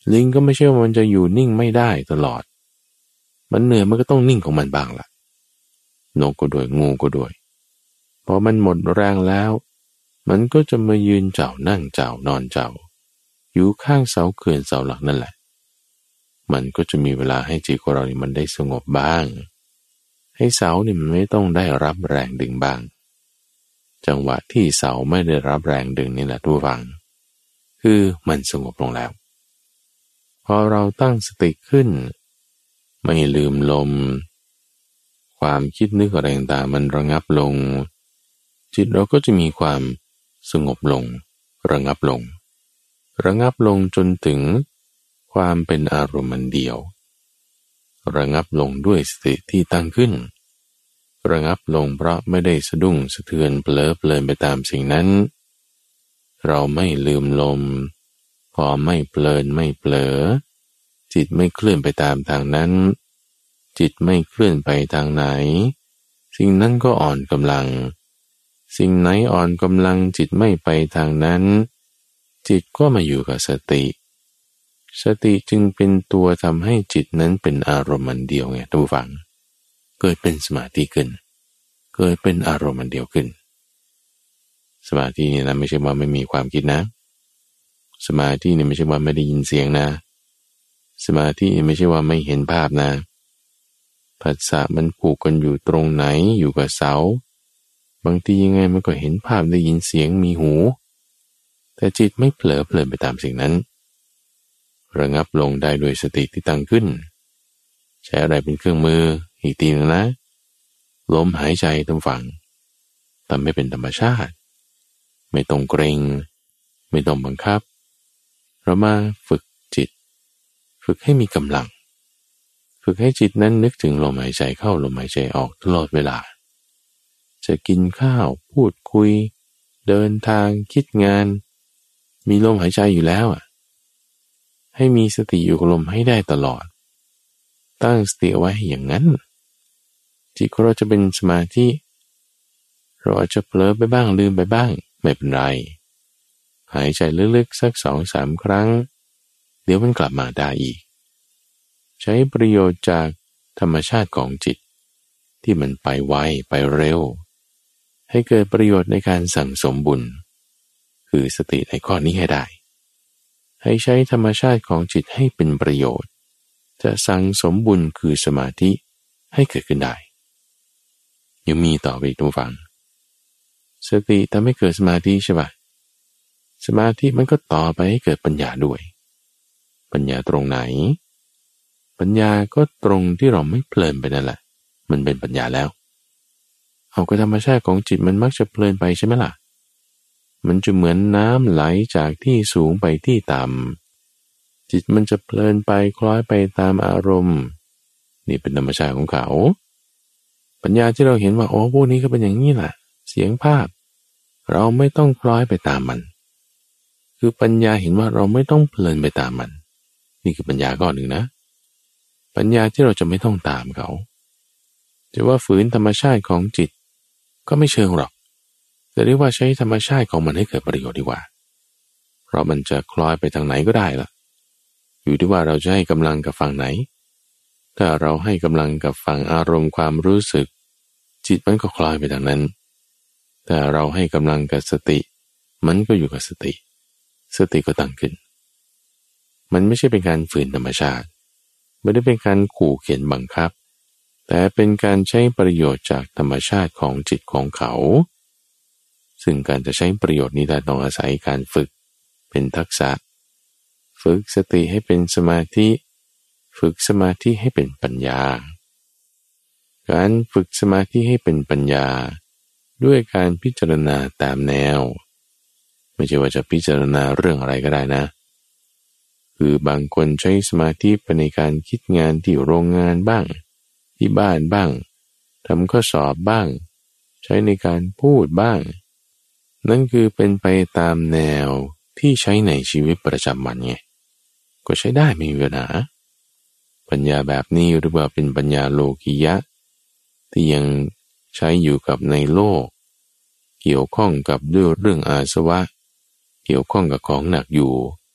ลิงก็ไม่ใช่ว่ามันจะอยู่นิ่งไม่ได้ตลอดมันเหนื่อยมันก็ต้องนิ่งของมันบ้างล่ะนกก็ด้วยงูก็ด้วยพอมันหมดแรงแล้วมันก็จะมายืนเจ้านั่งเจ้านอนเจ้าอยู่ข้างเสาเขื่อนเสาหลักนั่นแหละมันก็จะมีเวลาให้จิตของเรานี่มันได้สงบบ้างให้เสานี่มันไม่ต้องได้รับแรงดึงบ้างจังหวะที่เสาไม่ได้รับแรงดึงนี่แหละทุกฝังคือมันสงบลงแล้วพอเราตั้งสติขึ้นไม่ลืมลมความคิดนึกอะไรต่างๆมันระงับลงจิตเราก็จะมีความสงบลงระงับลงจนถึงความเป็นอารมณ์เดียวระงับลงด้วยสติที่ตั้งขึ้นระงับลงเพราะไม่ได้สะดุ้งสะเทือนเผลอเพลินไปตามสิ่งนั้นเราไม่ลืมลมพอไม่เพลินไม่เผลอจิตไม่เคลื่อนไปตามทางนั้นจิตไม่เคลื่อนไปทางไหนสิ่งนั้นก็อ่อนกำลังสิ่งไหนอ่อนกำลังจิตไม่ไปทางนั้นจิตก็มาอยู่กับสติจึงเป็นตัวทำให้จิตนั้นเป็นอารมณ์เดียวไงทุกฝังเกิดเป็นสมาธิขึ้นเกิดเป็นอารมณ์เดียวขึ้นสมาธินี่นะไม่ใช่ว่าไม่มีความคิดนะสมาธินี่ไม่ใช่ว่าไม่ได้ยินเสียงนะสมาธินี่ไม่ใช่ว่าไม่เห็นภาพนะผัสสะมันผูกกันอยู่ตรงไหนอยู่กับเสาบางทียังไงมันก็เห็นภาพได้ยินเสียงมีหูแต่จิตไม่เผลอเพลินไปตามสิ่งนั้นระงับลงได้โดยสติที่ตั้งขึ้นใช้อะไรเป็นเครื่องมืออีกทีนึงนะลมหายใจตรงฝั่งทำให้เป็นธรรมชาติไม่ต้องเกรงไม่ต้องบังคับเรามาฝึกจิตฝึกให้มีกำลังฝึกให้จิตนั้นนึกถึงลมหายใจเข้าลมหายใจออกตลอดเวลาจะกินข้าวพูดคุยเดินทางคิดงานมีลมหายใจอยู่แล้วให้มีสติอยู่กับลมให้ได้ตลอดตั้งสติเอาไว้อย่างนั้นจิตของเราจะเป็นสมาธิเราอาจจะเผลอไปบ้างลืมไปบ้างไม่เป็นไรหายใจลึกๆสัก 2-3 ครั้งเดี๋ยวมันกลับมาได้อีกใช้ประโยชน์จากธรรมชาติของจิตที่มันไปไวไปเร็วให้เกิดประโยชน์ในการสั่งสมบุญคือสติในข้อนี้ให้ได้ให้ใช้ธรรมชาติของจิตให้เป็นประโยชน์จะสั่งสมบุญคือสมาธิให้เกิดขึ้นได้ยังมีต่อไปอีกทุกฝั่งสติทำให้เกิดสมาธิใช่ปะสมาธิมันก็ต่อไปให้เกิดปัญญาด้วยปัญญาตรงไหนปัญญาก็ตรงที่เราไม่เพลินไปนั่นแหละมันเป็นปัญญาแล้วเอาก็ธรรมชาติของจิตมันมักจะเพลินไปใช่ไหมล่ะมันจะเหมือนน้ำไหลจากที่สูงไปที่ต่ำจิตมันจะเพลินไปคล้อยไปตามอารมณ์นี่เป็นธรรมชาติของเขาปัญญาที่เราเห็นว่าโอ้พวกนี้ก็เป็นอย่างนี้แหละเสียงภาพเราไม่ต้องคล้อยไปตามมันคือปัญญาเห็นว่าเราไม่ต้องเพลินไปตามมันนี่คือปัญญาก้อนหนึ่งนะปัญญาที่เราจะไม่ต้องตามเขาจะว่าฝืนธรรมชาติของจิตก็ไม่เชิงหรอกแต่เรียกว่าใช้ธรรมชาติของมันให้เกิดประโยชน์ดีกว่าเพราะมันจะคล้อยไปทางไหนก็ได้ล่ะอยู่ที่ว่าเราจะให้กำลังกับฝั่งไหนถ้าเราให้กำลังกับฝั่งอารมณ์ความรู้สึกจิตมันก็คล้อยไปทางนั้นแต่เราให้กำลังกับสติมันก็อยู่กับสติก็ตั้งขึ้นมันไม่ใช่เป็นการฝืนธรรมชาติไม่ได้เป็นการขู่เข็นบังคับแต่เป็นการใช้ประโยชน์จากธรรมชาติของจิตของเขาซึ่งการจะใช้ประโยชน์นี้ได้ต้องอาศัยการฝึกเป็นทักษะฝึกสติให้เป็นสมาธิฝึกสมาธิให้เป็นปัญญาการฝึกสมาธิให้เป็นปัญญาด้วยการพิจารณาตามแนวไม่ใช่ว่าจะพิจารณาเรื่องอะไรก็ได้นะคือบางคนใช้สมาธิไปในการคิดงานที่โรงงานบ้างที่บ้านบ้างทำข้อสอบบ้างใช้ในการพูดบ้างนั่นคือเป็นไปตามแนวที่ใช้ในชีวิตประจำวันไงก็ใช้ได้ไม่มีปัญหาปัญญาแบบนี้หรือว่าเป็นปัญญาโลกิยะที่ยังใช้อยู่กับในโลกเกี่ยวข้องกับเรื่องอาสวะเกี่ยวข้องกับของหนักอยู่ให้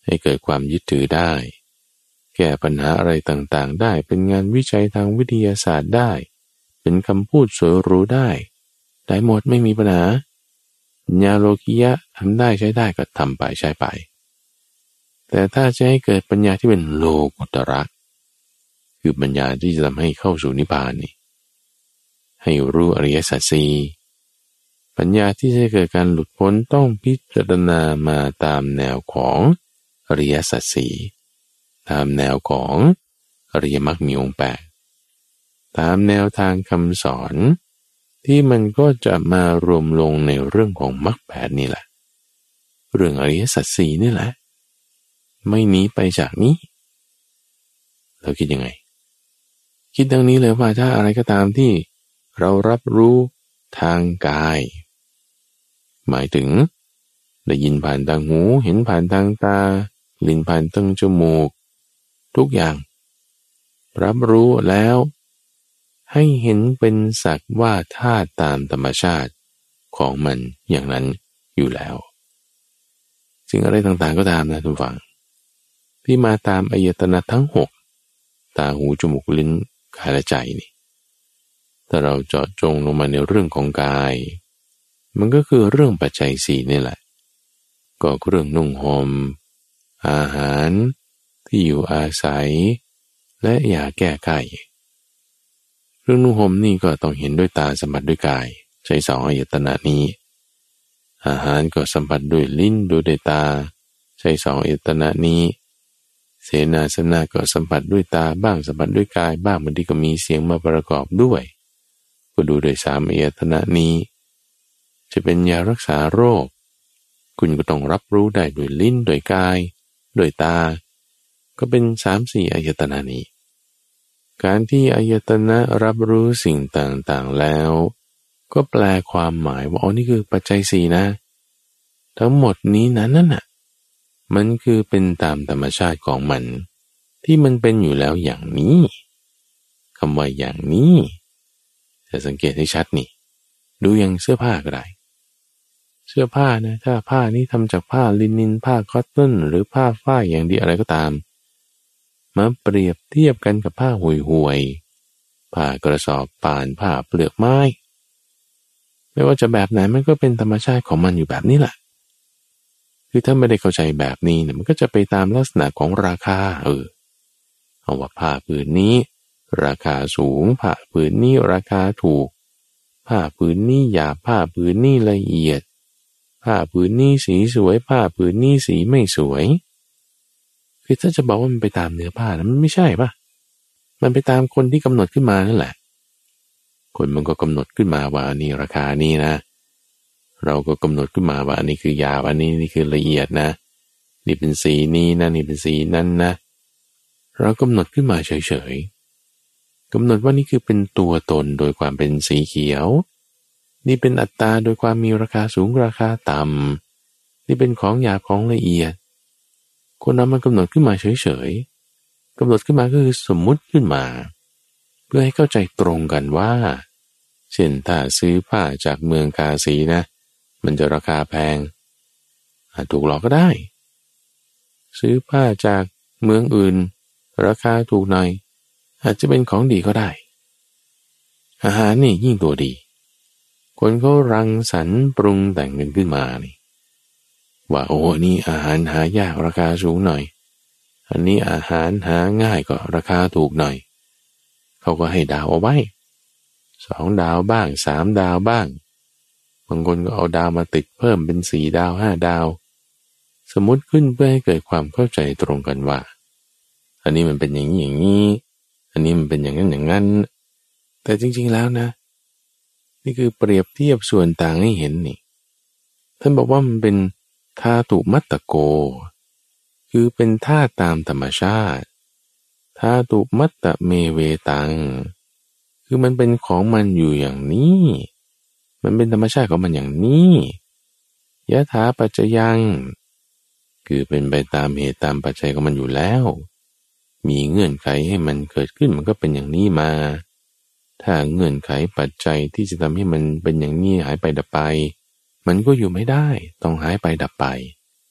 ให้เกิดความยึดถือได้แก้ปัญหาอะไรต่างๆได้เป็นงานวิจัยทางวิทยาศาสตร์ได้เป็นคำพูดสวยหรูได้หมดไม่มีปัญหาปัญญาโลกิยะทำได้ใช้ได้ก็ทำไปใช้ไปแต่ถ้าจะให้เกิดปัญญาที่เป็นโลกุตระคือปัญญาที่จะทำให้เข้าสู่นิพพานนี่ให้รู้อริยสัจสี่ปัญญาที่จะเกิดการหลุดพ้นต้องพิจารณามาตามแนวของอริยสัจสี่ตามแนวของอริยมรรคมีองค์แปดตามแนวทางคำสอนที่มันก็จะมารวมลงในเรื่องของมรรคแปดนี่แหละเรื่องอริยสัจสี่นี่แหละไม่หนีไปจากนี้เราคิดยังไงคิดดังนี้เลยว่าถ้าอะไรก็ตามที่เรารับรู้ทางกายหมายถึงได้ยินผ่านทางหูเห็นผ่านทางตาลิ้นผ่านทางจมูกทุกอย่างรับรู้แล้วให้เห็นเป็นสักว่าธาตุตามธรรมชาติของมันอย่างนั้นอยู่แล้วสิ่งอะไรต่างๆก็ตามนะทุกฝั่งที่มาตามอายตนะทั้งหกตาหูจมูกลิ้นกายและใจนี่ถ้าเราเจาะจงลงมาในเรื่องของกายมันก็คือเรื่องปัจจัยสี่นี่แหละก็เรื่องนุ่งห่มอาหารที่อยู่อาศัยและยาแก้ไขเรื่องนุ่งห่มนี่ก็ต้องเห็นด้วยตาสัมผัสด้วยกายใช้สองอายตนะนี้อาหารก็สัมผัสด้วยลิ้นดูด้วยตาใช้สองอายตนะนี้เสนาสนะก็สัมผัสด้วยตาบ้างสัมผัสด้วยกายบ้างบางทีก็มีเสียงมาประกอบด้วยก็ดูด้วยสามอายตนะนี้จะเป็นยารักษาโรคคุณก็ต้องรับรู้ได้ด้วยลิ้นด้วยกายด้วยตาก็เป็น3-4อายตนะนี้การที่อายตนะรับรู้สิ่งต่างๆแล้วก็แปลความหมายว่าอ๋อนี่คือปัจจัย4นะทั้งหมดนี้นั่นน่ะมันคือเป็นตามธรรมชาติของมันที่มันเป็นอยู่แล้วอย่างนี้คำว่าอย่างนี้จะสังเกตให้ชัดนี่ดูอย่างเสื้อผ้าก็ได้เสื้อผ้านะถ้าผ้านี้ทำจากผ้าลินินผ้าคอตตอนหรือผ้าฝ้ายอย่างดีอะไรก็ตามมาเปรียบเทียบกันกับผ้าห่วยๆผ้ากระสอบป่านผ้าเปลือกไม้ไม่ว่าจะแบบไหนมันก็เป็นธรรมชาติของมันอยู่แบบนี้แหละคือถ้าไม่ได้เข้าใจแบบนี้เนี่ยมันก็จะไปตามลักษณะของราคาเอาว่าผ้าผืนนี้ราคาสูงผ้าผืนนี้ราคาถูกผ้าผืนนี้หยาบผ้าผืนนี้ละเอียดผ้าผืนนี้สีสวยผ้าผืนนี้สีไม่สวยคือถ้าจะบอกว่ามันไปตามเนื้อผ้านะมันไม่ใช่ป่ะมันไปตามคนที่กำหนดขึ้นมานั่นแหละคนมันก็กำหนดขึ้นมาว่าอันนี้ราคานี้นะเราก็กำหนดขึ้นมาว่าอันนี้คือหยาบอันนี้นี่คือละเอียดนะนี่เป็นสีนี้นะนี่เป็นสีนั้นนะเรากำหนดขึ้นมาเฉยๆกำหนดว่านี่คือเป็นตัวตนโดยความเป็นสีเขียวนี่เป็นอัตตาโดยความมีราคาสูงราคาต่ำนี่เป็นของหยาบของละเอียดคนนั้นมันกำหนดขึ้นมาเฉยๆกำหนดขึ้นมาก็คือสมมุติขึ้นมาเพื่อให้เข้าใจตรงกันว่าเช่นถ้าซื้อผ้าจากเมืองกาสีนะมันจะราคาแพงถูกหลอกก็ได้ซื้อผ้าจากเมืองอื่นราคาถูกหน่อยอาจจะเป็นของดีก็ได้อาหารนี่ยิ่งตัวดีคนเขารังสรรค์ปรุงแต่งกันขึ้นมานี่ว่าโอ้นี่อาหารหายากราคาสูงหน่อยอันนี้อาหารหาง่ายก็ราคาถูกหน่อยเขาก็ให้ดาวเอาไว้2 ดาวบ้าง3 ดาวบ้างบางคนก็เอาดาวมาติดเพิ่มเป็น4 ดาว5 ดาวสมมุติขึ้นเพื่อให้เกิดความเข้าใจตรงกันว่าอันนี้มันเป็นอย่างนี้อย่างนี้อันนี้มันเป็นอย่างนั้นอย่างนั้นแต่จริงๆแล้วนะนี่คือเปรียบเทียบส่วนต่างให้เห็นนี่ท่านบอกว่ามันเป็นธาตุมัตตโกคือเป็นธาตุตามธรรมชาติธาตุมัตตเมเวตังคือมันเป็นของมันอยู่อย่างนี้มันเป็นธรรมชาติของมันอย่างนี้ยะถาปัจจยังคือเป็นไปตามเหตุตามปัจจัยของมันอยู่แล้วมีเงื่อนไขให้มันเกิดขึ้นมันก็เป็นอย่างนี้มาถ้าเงื่อนไขปัจจัยที่จะทำให้มันเป็นอย่างนี้หายไปดับไปมันก็อยู่ไม่ได้ต้องหายไปดับไป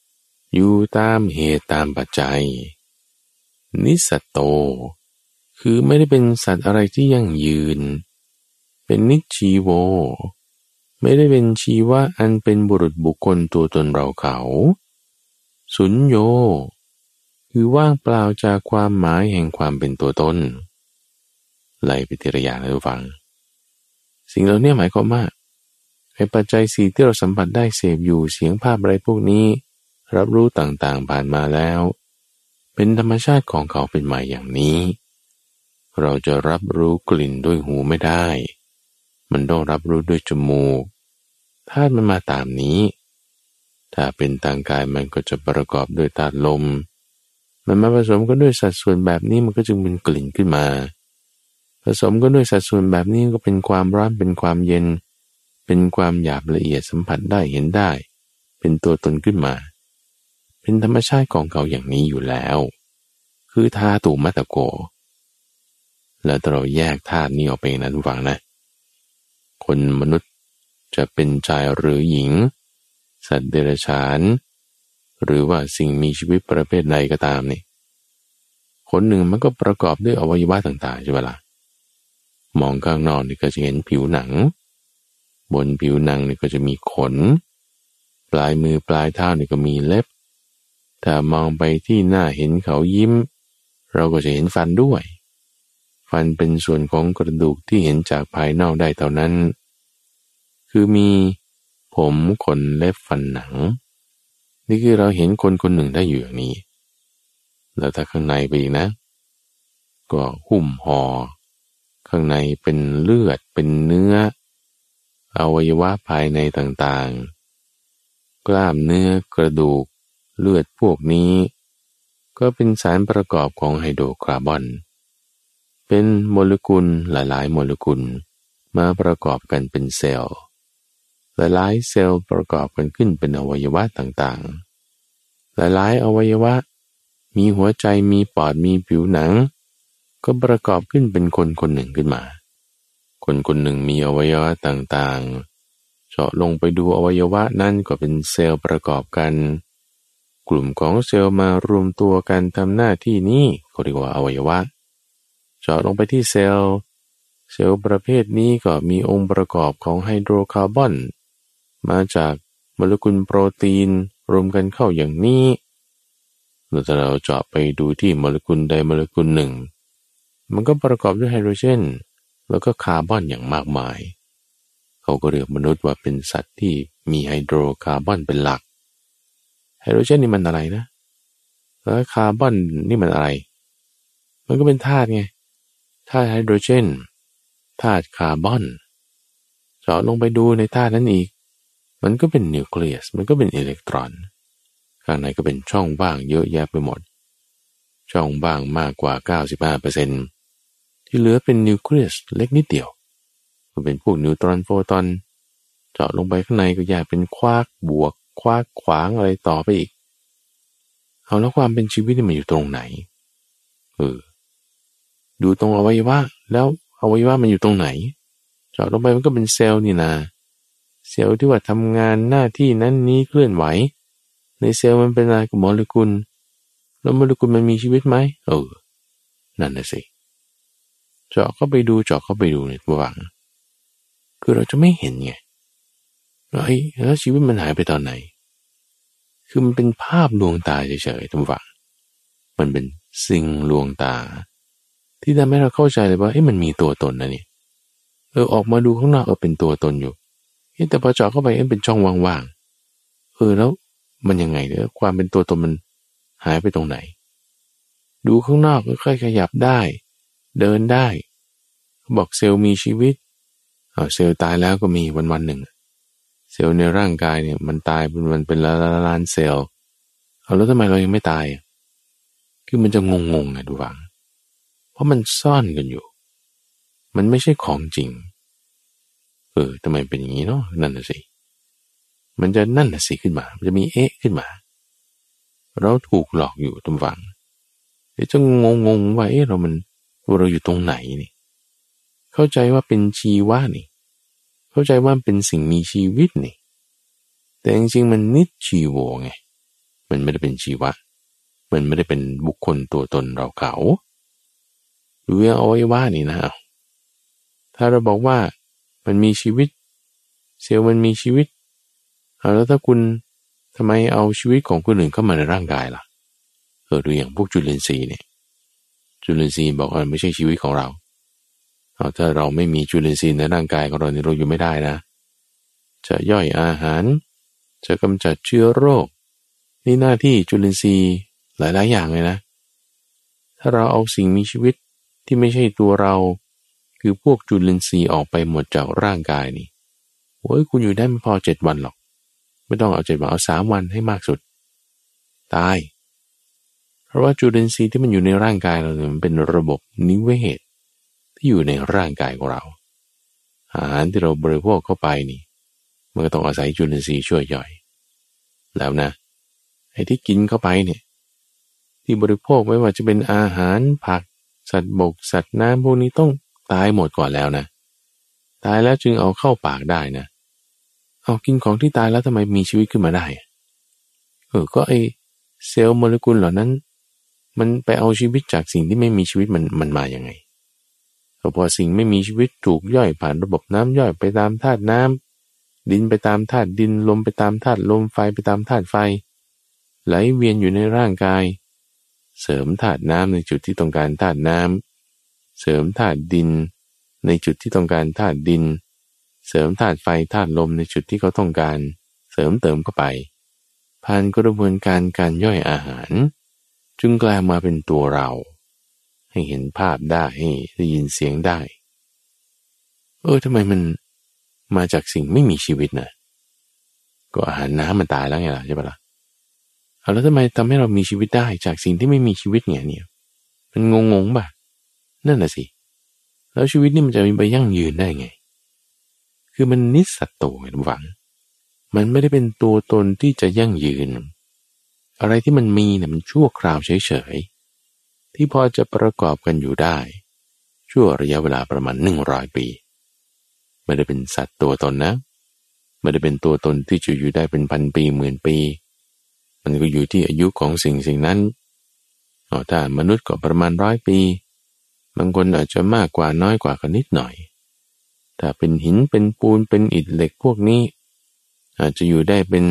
อยู่ตามเหตุตามปัจจัยนิสัตโตคือไม่ได้เป็นสัตว์อะไรที่ยั่งยืนเป็นนิจชีโวไม่ได้เป็นชีวะอันเป็นบุรุษบุคคลตัวตนเราเขาสุญโญคือว่างเปล่าจากความหมายแห่งความเป็นตัวตนไล่ไปทีละอย่างให้ฟังสิ่งเหล่านี้หมายความว่าไอ้ปัจจัยสี่ที่เราสัมผัสได้เสพอยู่เสียงภาพอะไรพวกนี้รับรู้ต่างๆผ่านมาแล้วเป็นธรรมชาติของเขาเป็นมาอย่างนี้เราจะรับรู้กลิ่นด้วยหูไม่ได้มันต้องรับรู้ด้วยจมูกธาตุมันมาตามนี้ถ้าเป็นทางกายมันก็จะประกอบด้วยธาตุลมมันมาผสมกันด้วยสัดส่วนแบบนี้มันก็จึงเป็นกลิ่นขึ้นมาผสมกันด้วยสัดส่วนแบบนี้ก็เป็นความร้อนเป็นความเย็นเป็นความหยาบละเอียดสัมผัสได้เห็นได้เป็นตัวตนขึ้นมาเป็นธรรมชาติของเขาอย่างนี้อยู่แล้วคือธาตุมัตตโกแล้วเราแยกธาตุนี้ออกไปนะทุกฝั่งนะคนมนุษย์จะเป็นชายหรือหญิงสัตว์เดรัจฉานหรือว่าสิ่งมีชีวิตประเภทใดก็ตามนี่คนหนึ่งมันก็ประกอบด้วยอวัยวะต่างๆใช่ไหมล่ะมองข้างนอกนี่ก็จะเห็นผิวหนังบนผิวหนังนี่ก็จะมีขนปลายมือปลายเท้านี่ก็มีเล็บถ้ามองไปที่หน้าเห็นเขายิ้มเราก็จะเห็นฟันด้วยฟันเป็นส่วนของกระดูกที่เห็นจากภายนอกได้เท่านั้นคือมีผมขนเล็บฟันหนังนี่คือเราเห็นคนคนหนึ่งได้อยู่อย่างนี้แล้วถ้าข้างในไปอีกนะก็หุ้มห่อข้างในเป็นเลือดเป็นเนื้ออวัยวะภายในต่างๆกล้ามเนื้อกระดูกเลือดพวกนี้ก็เป็นสารประกอบของไฮโดรคาร์บอนเป็นโมเลกุลหลายๆโมเลกุลมาประกอบกันเป็นเซลล์หลายๆเซลล์ประกอบกันขึ้นเป็นอวัยวะต่างๆหลายๆอวัยวะมีหัวใจมีปอดมีผิวหนังก็ประกอบขึ้นเป็นคนคนหนึ่งขึ้นมาคนคนหนึ่งมีอวัยวะต่างๆเจาะลงไปดูอวัยวะนั่นก็เป็นเซลล์ประกอบกันกลุ่มของเซลล์มารวมตัวกันทำหน้าที่นี้เขาเรียกว่าอวัยวะเจาะลงไปที่เซลล์ประเภทนี้ก็มีองค์ประกอบของไฮโดรคาร์บอนมาจากโมเลกุลโปรตีนรวมกันเข้าอย่างนี้ถ้าเราเจาะไปดูที่โมเลกุลใดโมเลกุลหนึ่งมันก็ประกอบด้วยไฮโดรเจนแล้วก็คาร์บอนอย่างมากมายเขาก็เรียกมนุษย์ว่าเป็นสัตว์ที่มีไฮโดรคาร์บอนเป็นหลักไฮโดรเจนนี่มันอะไรนะแล้วคาร์บอนนี่มันอะไรมันก็เป็นธาตุไงธาตุไฮโดรเจนธาตุคาร์บอนเจาะลงไปดูในธาตุนั้นอีกมันก็เป็นนิวเคลียสมันก็เป็นอิเล็กตรอนข้างในก็เป็นช่องว่างเยอะแยะไปหมดช่องว่างมากกว่า 95% ที่เหลือเป็นนิวเคลียสเล็กนิดเดียวก็เป็นพวกนิวตรอนโฟตอนเจาะลงไปข้างในก็แยกเป็นควากบวกควากขวางอะไรต่อไปอีกเอาแล้วความเป็นชีวิตนี่มันอยู่ตรงไหนดูตรงอวัยวะแล้วอวัยวะมันอยู่ตรงไหนเจาะลงไปมันก็เป็นเซลล์นี่นาเซลล์ที่ว่าทำงานหน้าที่นั้นนี้เคลื่อนไหวในเซลล์มันเป็นอะไรกับโมเลกุลแล้วโมเลกุลมันมีชีวิตไหมนั่นน่ะสิเจาะเข้าไปดูเนี่ยระหว่างคือเราจะไม่เห็นไงแล้วชีวิตมันหายไปตอนไหนคือมันเป็นภาพลวงตาเฉยๆทุกฝั่งมันเป็นสิ่งลวงตาที่ทำให้เราเข้าใจเลยว่ามันมีตัวตนนะนี่ออกมาดูข้างนอกเป็นตัวตนอยู่แต่พอเจาะเข้าไปเป็นช่องว่างๆแล้วมันยังไงเนี่ยความเป็นตัวตนมันหายไปตรงไหนดูข้างนอกค่อยๆขยับได้เดินได้บอกเซลล์มีชีวิตเซลล์ตายแล้วก็มีวันๆหนึ่งเซลล์ในร่างกายเนี่ยมันตายมันเป็นล้านเซลล์แล้วทำไมเรายังไม่ตายคือมันจะงงๆดูฟังเพราะมันซ่อนกันอยู่มันไม่ใช่ของจริงทำไมเป็นอย่างนี้เนาะนั่นน่ะสิมันจะนั่นน่ะสิขึ้นมามันจะมีขึ้นมาเราถูกหลอกอยู่ทุกฝั่งเดี๋ยวจะงงว่าเราอยู่ตรงไหนนี่เข้าใจว่าเป็นชีวะนี่เข้าใจว่าเป็นสิ่งมีชีวิตนี่แต่จริงๆมันนิจชีโวไงมันไม่ได้เป็นชีวะมันไม่ได้เป็นบุคคลตัวตนเราเขาดูอย่างอวัยวะนี่นะถ้าเราบอกว่ามันมีชีวิตเซลล์มันมีชีวิตแล้วถ้าคุณทำไมเอาชีวิตของคนอื่นเข้ามาในร่างกายล่ะดูอย่างพวกจุลินทรีย์เนี่ยจุลินทรีย์บอกว่าไม่ใช่ชีวิตของเราถ้าเราไม่มีจุลินทรีย์ในร่างกายของเราเนี่ยเราอยู่ไม่ได้นะจะย่อยอาหารจะกำจัดเชื้อโรคนี่หน้าที่จุลินทรีย์หลายๆอย่างเลยนะถ้าเราเอาสิ่งมีชีวิตที่ไม่ใช่ตัวเราคือพวกจุลินทรีย์ออกไปหมดจากร่างกายนี่โอ้ยคุณอยู่ได้ไม่พอ7 วันหรอกไม่ต้องเอา7 วันเอา3 วันให้มากสุดตายเพราะว่าจุลินทรีย์ที่มันอยู่ในร่างกายเราเนี่ยมันเป็นระบบนิเวศที่อยู่ในร่างกายของเราอาหารที่เราบริโภคเข้าไปนี่มันก็ต้องอาศัยจุลินทรีย์ช่วยย่อยแล้วนะไอ้ที่กินเข้าไปเนี่ยที่บริโภคไม่ว่าจะเป็นอาหารผักสัตว์บกสัตว์น้ำพวกนี้ต้องตายหมดก่อนแล้วนะตายแล้วจึงเอาเข้าปากได้นะเอากินของที่ตายแล้วทำไมมีชีวิตขึ้นมาได้ก็ไอเซลล์โมเลกุลเหล่านั้นมันไปเอาชีวิตจากสิ่งที่ไม่มีชีวิตมันมาอย่างไงพอสิ่งไม่มีชีวิตถูกย่อยผ่านระบบน้ำย่อยไปตามธาตุน้ำดินไปตามธาตุดินลมไปตามธาตุลมไฟไปตามธาตุไฟไหลเวียนอยู่ในร่างกายเสริมธาตุน้ำในจุดที่ต้องการธาตุน้ำเสริมธาตุดินในจุดที่ต้องการธาตุดินเสริมธาตุไฟธาตุลมในจุดที่เขาต้องการเสริมเติมเข้าไปผ่านกระบวนการการย่อยอาหารจึงกลายมาเป็นตัวเราให้เห็นภาพได้ให้ได้ยินเสียงได้ทำไมมันมาจากสิ่งไม่มีชีวิตนะก็อาหารน้ำมันตายแล้วไงล่ะใช่ปะล่ะแล้วทำไมทำให้เรามีชีวิตได้จากสิ่งที่ไม่มีชีวิตเนี่ยมันงงป่ะนั่นน่ะสิแล้วชีวิตนี่มันจะมีไปยั่งยืนได้ไงคือมันนิสัตโตไงทุกฝังมันไม่ได้เป็นตัวตนที่จะยั่งยืนอะไรที่มันมีเนี่ยมันชั่วคราวเฉยๆที่พอจะประกอบกันอยู่ได้ชั่วระยะเวลาประมาณ100 ปีไม่ได้เป็นสัตว์ตัวตนนะไม่ได้เป็นตัวตนที่จะอยู่ได้เป็นพันปีหมื่นปีมันก็อยู่ที่อายุของสิ่งนั้นถ้ามนุษย์ก็ประมาณ100 ปีบางคนอาจจะมากกว่าน้อยกว่ากันนิดหน่อยถ้าเป็นหินเป็นปูนเป็นอิฐเหล็กพวกนี้อาจจะอยู่ได้เป็น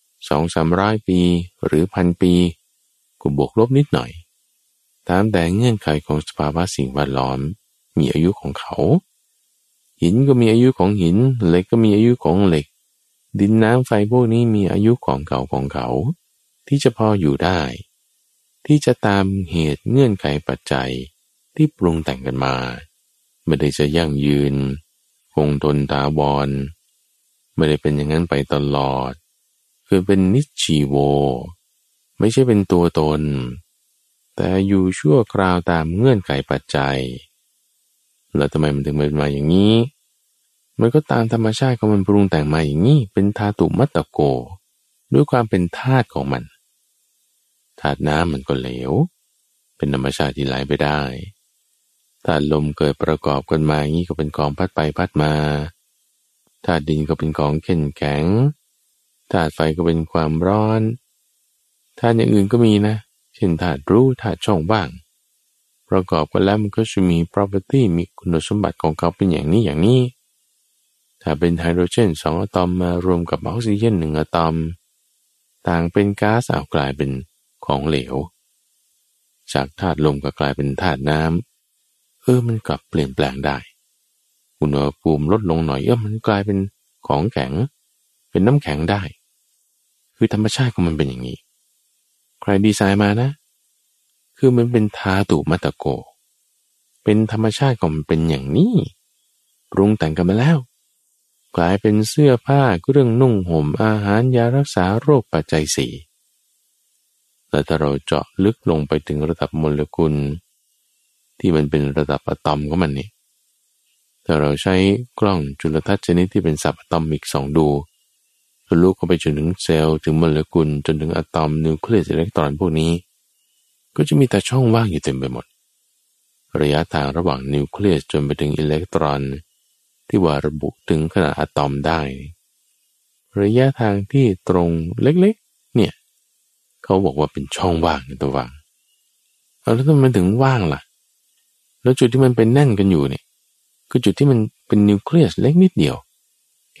200-300 ปีหรือ1,000 ปีก็บวกลบนิดหน่อยตามแต่เงื่อนไขของสภาวะสิ่งแวดล้อมมีอายุของเขาหินก็มีอายุของหินเหล็กก็มีอายุของเหล็กดินน้ำไฟพวกนี้มีอายุของเขาที่จะพออยู่ได้ที่จะตามเหตุเงื่อนไขปัจจัยที่ปรุงแต่งกันมาไม่ได้จะยั่งยืนคงทนถาวรไม่ได้เป็นอย่างนั้นไปตลอดคือเป็นนิจชีโวไม่ใช่เป็นตัวตนแต่อยู่ชั่วคราวตามเงื่อนไขปัจจัยแล้วทำไมมันถึงเป็นมาอย่างนี้มันก็ตามธรรมชาติของมันปรุงแต่งมาอย่างนี้เป็นธาตุมัตตโกด้วยความเป็นธาตุของมันธาตุน้ำมันก็เหลวเป็นธรรมชาติที่ไหลไปได้ธาตุลมเกิดประกอบกันมาอย่างนี้ก็เป็นของพัดไปพัดมาธาตุดินก็เป็นของเข้มแข็งธาตุไฟก็เป็นความร้อนธาตุอย่างอื่นก็มีนะเช่นธาตุรู้ธาตุช่องว่างประกอบกันแล้วมันก็จะมี property มีคุณสมบัติของเขาเป็นอย่างนี้ถ้าเป็นไฮโดรเจน2 อะตอมมารวมกับออกซิเจน1 อะตอมต่างเป็นก๊าซกลายเป็นของเหลวจากธาตุลมก็กลายเป็นธาตุน้ำมันกลับเปลี่ยนแปลงได้อุณหภูมิลดลงหน่อยมันกลายเป็นของแข็งเป็นน้ำแข็งได้คือธรรมชาติของมันเป็นอย่างนี้ใครดีไซน์มานะคือมันเป็นธาตุมัตตโกเป็นธรรมชาติของมันเป็นอย่างนี้ปรุงแต่งกันมาแล้วกลายเป็นเสื้อผ้าเครื่องนุ่งห่มอาหารยารักษาโรคปัจจัย4แต่ถ้าเราเจาะลึกลงไปถึงระดับโมเลกุลที่มันเป็นระดับอะตอมของมันนี่ถ้าเราใช้กล้องจุลทรรศน์ชนิดที่เป็นสับอะตอมิกส่องดูทะลุเข้าไปจนถึงเซลล์ถึงโมเลกุลจนถึงอะตอมนิวเคลียสอิเล็กตรอนพวกนี้ก็จะมีแต่ช่องว่างอยู่เต็มไปหมดระยะทางระหว่างนิวเคลียสจนไปถึงอิเล็กตรอนที่ว่าระบุถึงขนาดอะตอมได้ระยะทางที่ตรงเล็กๆเนี่ยเขาบอกว่าเป็นช่องว่างในตัวว่างแล้วทำไมถึงว่างล่ะแล้วจุดที่มันเป็นแน่นกันอยู่เนี่ยคือจุดที่มันเป็นนิวเคลียสเล็กนิดเดียวแค่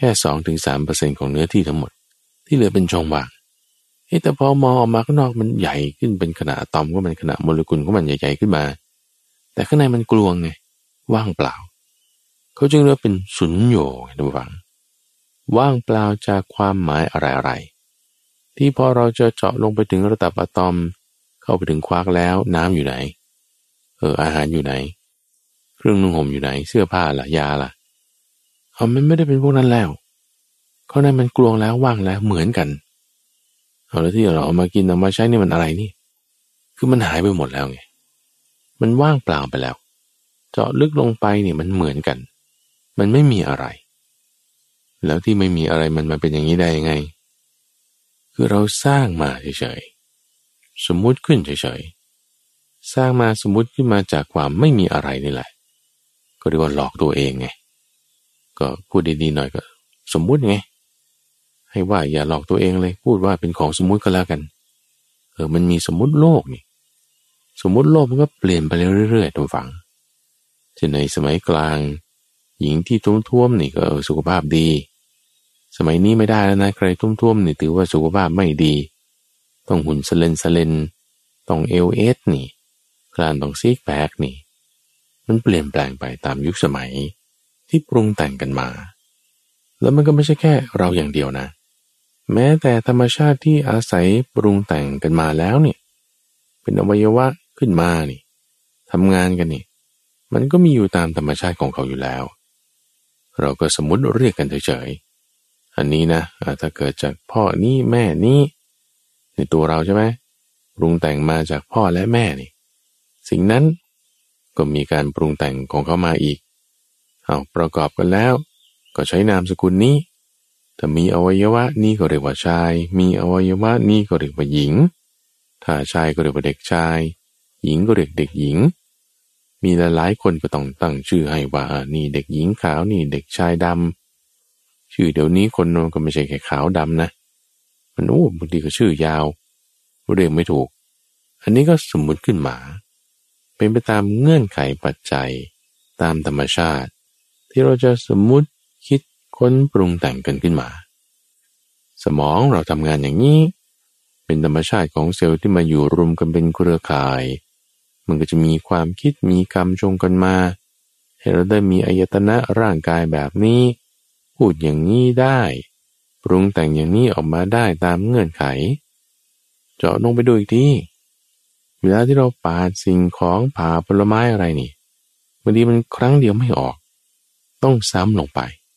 2-3% ของเนื้อที่ทั้งหมดที่เหลือเป็นช่องว่างแต่พอมองออกมาข้างนอกมันใหญ่ขึ้นเป็นขนาดอะตอมก็มันขนาดโมเลกุลก็มันใหญ่ๆขึ้นมาแต่ข้างในมันกลวงไงว่างเปล่าเขาจึงเรียกเป็นสุญโญนะฟังว่างเปล่าจากความหมายอะไรๆที่พอเราจะเจาะลงไปถึงระดับอะตอมเข้าไปถึงควาร์กแล้วน้ำอยู่ไหนอาหารอยู่ไหนเครื่องนุ่งห่มอยู่ไหนเสื้อผ้าล่ะยาล่ะมันไม่ได้เป็นพวกนั้นแล้วข้างในมันกลวงแล้วว่างแล้วเหมือนกันแล้วที่เราเอามากินเอามาใช้นี่มันอะไรนี่คือมันหายไปหมดแล้วไงมันว่างเปล่าไปแล้วเจาะลึกลงไปนี่มันเหมือนกันมันไม่มีอะไรแล้วที่ไม่มีอะไรมันมาเป็นอย่างนี้ได้ยังไงคือเราสร้างมาเฉยๆสมมุติขึ้นเฉยๆสร้างมาสมมุติขึ้นมาจากความไม่มีอะไรนี่แหละก็เรียกว่าหลอกตัวเองไงก็พูดดีๆหน่อยก็สมมุติไงให้ว่าอย่าหลอกตัวเองเลยพูดว่าเป็นของสมมุติก็แล้วกันมันมีสมมุติโลกนี่สมมุติโลกมันก็เปลี่ยนไปเรื่อยๆทุกฝั่งเช่นในสมัยกลางหญิงที่ท้วมๆนี่ก็สุขภาพดีสมัยนี้ไม่ได้แล้วนะใครท้วมๆนี่ถือว่าสุขภาพไม่ดีต้องหุ่นสเลนต้องเอลเอสนี่กลานต้องซิกแพคนี่มันเปลี่ยนแปลงไปตามยุคสมัยที่ปรุงแต่งกันมาแล้วมันก็ไม่ใช่แค่เราอย่างเดียวนะแม้แต่ธรรมชาติที่อาศัยปรุงแต่งกันมาแล้วเนี่ยเป็นอวัยวะขึ้นมานี่ทำงานกันนี่มันก็มีอยู่ตามธรรมชาติของเขาอยู่แล้วเราก็สมมุติเรียกกันเฉยๆอันนี้นะถ้าเกิดจากพ่อนี้แม่นี้ในตัวเราใช่ไหมปรุงแต่งมาจากพ่อและแม่นี่สิ่งนั้นก็มีการปรุงแต่งของเขามาอีกประกอบกันแล้วก็ใช้นามสกุลนี้ถ้ามีอวัยวะนี้ก็เรียกว่าชายมีอวัยวะนี้ก็เรียกว่าหญิงถ้าชายก็เรียกว่าเด็กชายหญิงก็เรียกเด็กหญิงมีหลายๆคนก็ต้องตั้งชื่อให้ว่านี่เด็กหญิงขาวนี่เด็กชายดำชื่อเดี๋ยวนี้คนก็ไม่ใช่แค่ขาวดำนะมันบางทีก็ชื่อยาวเรียกไม่ถูกอันนี้ก็สมมุติขึ้นมาเป็นไปตามเงื่อนไขปัจจัยตามธรรมชาติที่เราจะสมมุติคิดค้นปรุงแต่งกันขึ้นมาสมองเราทำงานอย่างนี้เป็นธรรมชาติของเซลล์ที่มาอยู่รวมกันเป็นเครือข่ายมันก็จะมีความคิดมีกรรมชงกันมาให้เราได้มีอายตนะร่างกายแบบนี้พูดอย่างนี้ได้ปรุงแต่งอย่างนี้ออกมาได้ตามเงื่อนไขเจาะลงไปดูอีกทีเวลาที่เราปาดสิ่งของผ่าผลไม้อะไรนี่บางทีมันครั้งเดียวไม่ออกต้องซ้ำลงไป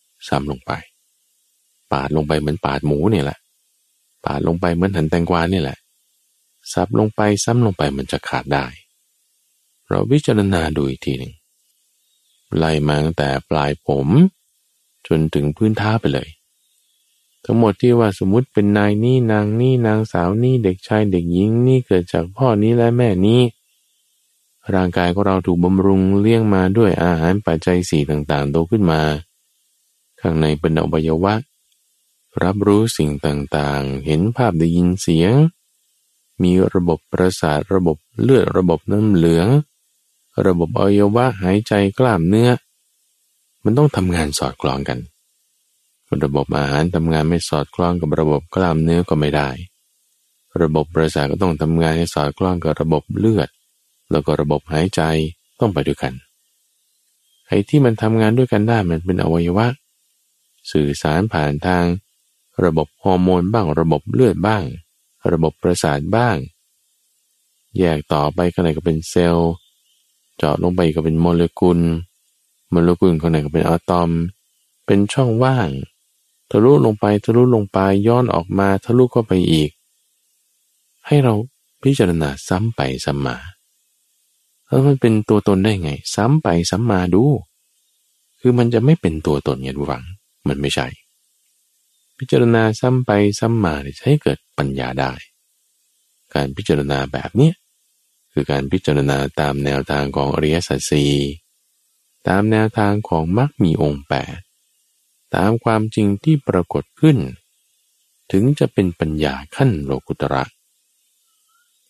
ปาดลงไปเหมือนปาดหมูเนี่ยแหละปาดลงไปเหมือนหั่นแตงกวาเนี่ยแหละซับลงไปซ้ำลงไปมันจะขาดได้เราวิจารณาดูอีกทีหนึ่งไล่มาตั้งแต่ปลายผมจนถึงพื้นเท้าไปเลยทั้งหมดที่ว่าสมมุติเป็นนายนี่นางนี่นางสาวนี่เด็กชายเด็กหญิงนี่เกิดจากพ่อนี้และแม่นี้ร่างกายของเราถูกบำรุงเลี้ยงมาด้วยอาหารปัจจัย4ต่างๆโตขึ้นมาข้างในเป็นอวัยวะรับรู้สิ่งต่างๆเห็นภาพได้ยินเสียงมีระบบประสาทระบบเลือดระบบน้ำเหลืองระบบอวัยวะหายใจกล้ามเนื้อมันต้องทำงานสอดคล้องกันระบบอาหารทำงานไม่สอดคล้องกับระบบกล้ามเนื้อก็ไม่ได้ระบบประสาทก็ต้องทำงานให้สอดคล้องกับระบบเลือดแล้วก็ระบบหายใจต้องไปด้วยกันไอ้ที่มันทำงานด้วยกันได้มันเป็นอวัยวะสื่อสารผ่านทางระบบฮอร์โมนบ้างระบบเลือดบ้างระบบประสาทบ้างแยกต่อไปข้างในก็เป็นเซลล์เจาะลงไปก็เป็นโมเลกุลข้างในก็เป็นอะตอมเป็นช่องว่างทะลุลงไปย้อนออกมาทะลุเข้าไปอีกให้เราพิจารณาซ้ำไปซ้ำมาแล้วมันเป็นตัวตนได้ไงซ้ำไปซ้ำมาดูคือมันจะไม่เป็นตัวตนอย่างหวังมันไม่ใช่พิจารณาซ้ำไปซ้ำมาจะให้เกิดปัญญาได้การพิจารณาแบบนี้คือการพิจารณาตามแนวทางของอริยสัจสี่ตามแนวทางของมรรคมีองค์8ตามความจริงที่ปรากฏขึ้นถึงจะเป็นปัญญาขั้นโลกุตระ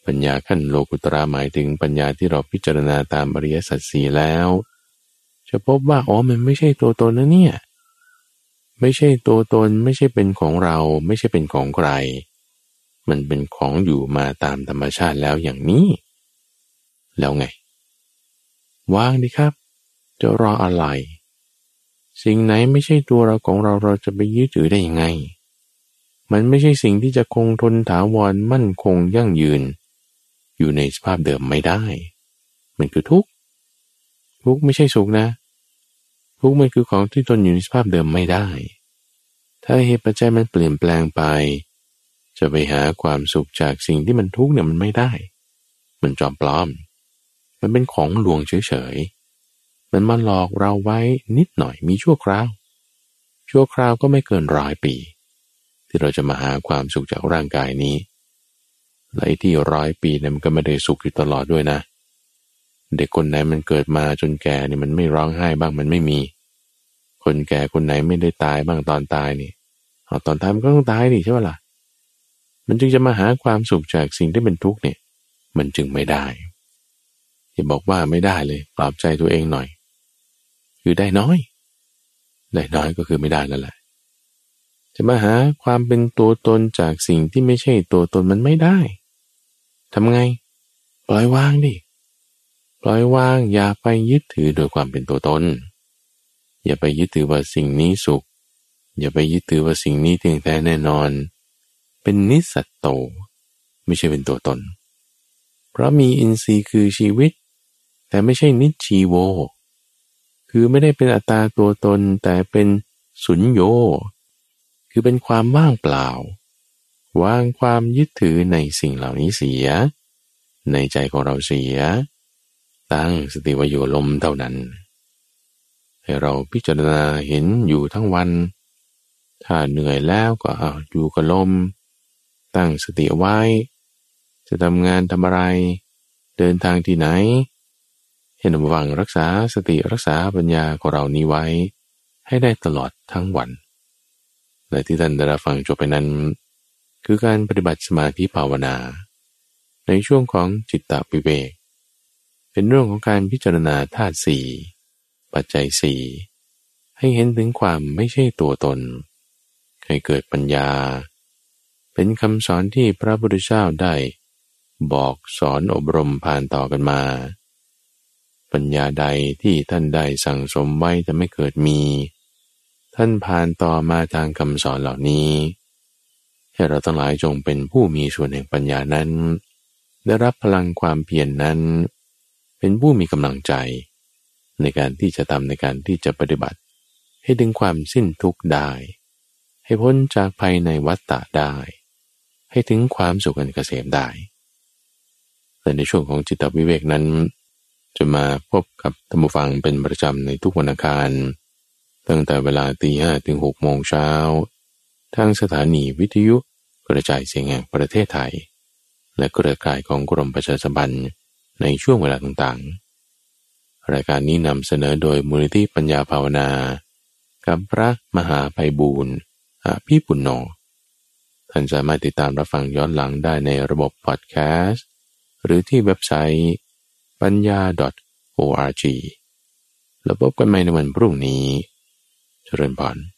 ปัญญาขั้นโลกุตระหมายถึงปัญญาที่เราพิจารณาตามอริยสัจสี่แล้วจะพบว่ามันไม่ใช่ตัวตนนะเนี่ยไม่ใช่ตัวตนไม่ใช่เป็นของเราไม่ใช่เป็นของใครมันเป็นของอยู่มาตามธรรมชาติแล้วอย่างนี้แล้วไงวางดิครับจะรออะไรสิ่งไหนไม่ใช่ตัวเราของเราเราจะไปยึดถือได้ยังไงมันไม่ใช่สิ่งที่จะคงทนถาวรมั่นคงยั่งยืนอยู่ในสภาพเดิมไม่ได้มันคือทุกข์ไม่ใช่สุขนะทุกข์มันคือของที่ทนอยู่ในสภาพเดิมไม่ได้ถ้าเหตุปัจจัยมันเปลี่ยนแปลงไปจะไปหาความสุขจากสิ่งที่มันทุกข์เนี่ยมันไม่ได้มันจอมปลอมมันเป็นของลวงเฉยๆมันมาหลอกเราไว้นิดหน่อยมีชั่วคราวก็ไม่เกิน100 ปีที่เราจะมาหาความสุขจากร่างกายนี้และที่100 ปีเนี่ยมันก็ไม่ได้สุขอยู่ตลอดด้วยนะเด็กคนไหนมันเกิดมาจนแก่เนี่ยมันไม่ร้องไห้บ้างมันไม่มีคนแก่คนไหนไม่ได้ตายบ้างตอนตายนี่ตอนตายมันก็ต้องตายดิใช่ไหมล่ะมันจึงจะมาหาความสุขจากสิ่งที่เป็นทุกข์เนี่ยมันจึงไม่ได้อย่าบอกว่าไม่ได้เลยปลอบใจตัวเองหน่อยคือได้น้อยก็คือไม่ได้นั่นแหละจะมาหาความเป็นตัวตนจากสิ่งที่ไม่ใช่ตัวตนมันไม่ได้ทำไงปล่อยวางดิปล่อยวางอย่าไปยึดถือโดยความเป็นตัวตนอย่าไปยึดถือว่าสิ่งนี้สุขอย่าไปยึดถือว่าสิ่งนี้เที่ยงแท้แน่นอนเป็นนิสัตโตไม่ใช่เป็นตัวตนเพราะมีอินทรีย์คือชีวิตแต่ไม่ใช่นิจชีโวคือไม่ได้เป็นอัตตาตัวตนแต่เป็นสุญโญคือเป็นความว่างเปล่าวางความยึดถือในสิ่งเหล่านี้เสียในใจของเราเสียตั้งสติไว้อยู่ลมเท่านั้นให้เราพิจารณาเห็นอยู่ทั้งวันถ้าเหนื่อยแล้วก็อยู่กับลมตั้งสติไว้จะทำงานทำอะไรเดินทางที่ไหนให้ระวังรักษาสติรักษาปัญญาของเรานี้ไว้ให้ได้ตลอดทั้งวันและที่ท่านได้รับฟังจบไปนั้นคือการปฏิบัติสมาธิภาวนาในช่วงของจิตตวิเวกเป็นเรื่องของการพิจารณาธาตุสี่ปัจจัยสี่ให้เห็นถึงความไม่ใช่ตัวตนให้เกิดปัญญาเป็นคำสอนที่พระพุทธเจ้าได้บอกสอนอบรมผ่านต่อกันมาปัญญาใดที่ท่านได้สั่งสมไว้แต่ไม่เกิดมีท่านผ่านต่อมาทางคำสอนเหล่านี้ให้เราทั้งหลายจงเป็นผู้มีส่วนแห่งปัญญานั้นได้รับพลังความเพียร นั้นเป็นผู้มีกำลังใจในการที่จะทำในการที่จะปฏิบัติให้ถึงความสิ้นทุกข์ได้ให้พ้นจากภัยในวัฏฏะได้ให้ถึงความสุขอันเกษมได้แต่ในช่วงของจิตตวิเวกนั้นจะมาพบกับท่านผู้ฟังเป็นประจำในทุกวันอังคารตั้งแต่เวลา 5:00 ถึง 6:00 น.ทางสถานีวิทยุกระจายเสียงแห่งประเทศไทยและเครือข่ายของกรมประชาสัมพันธ์ในช่วงเวลาต่างๆรายการนี้นำเสนอโดยมูลนิธิปัญญาภาวนากับพระมหาไพบูลย์อภิปุณโญท่านสามารถติดตามรับฟังย้อนหลังได้ในระบบพอดแคสต์หรือที่เว็บไซต์ปัญญา .org แล้วพบกันใหม่ในวันพรุ่งนี้เจริญพร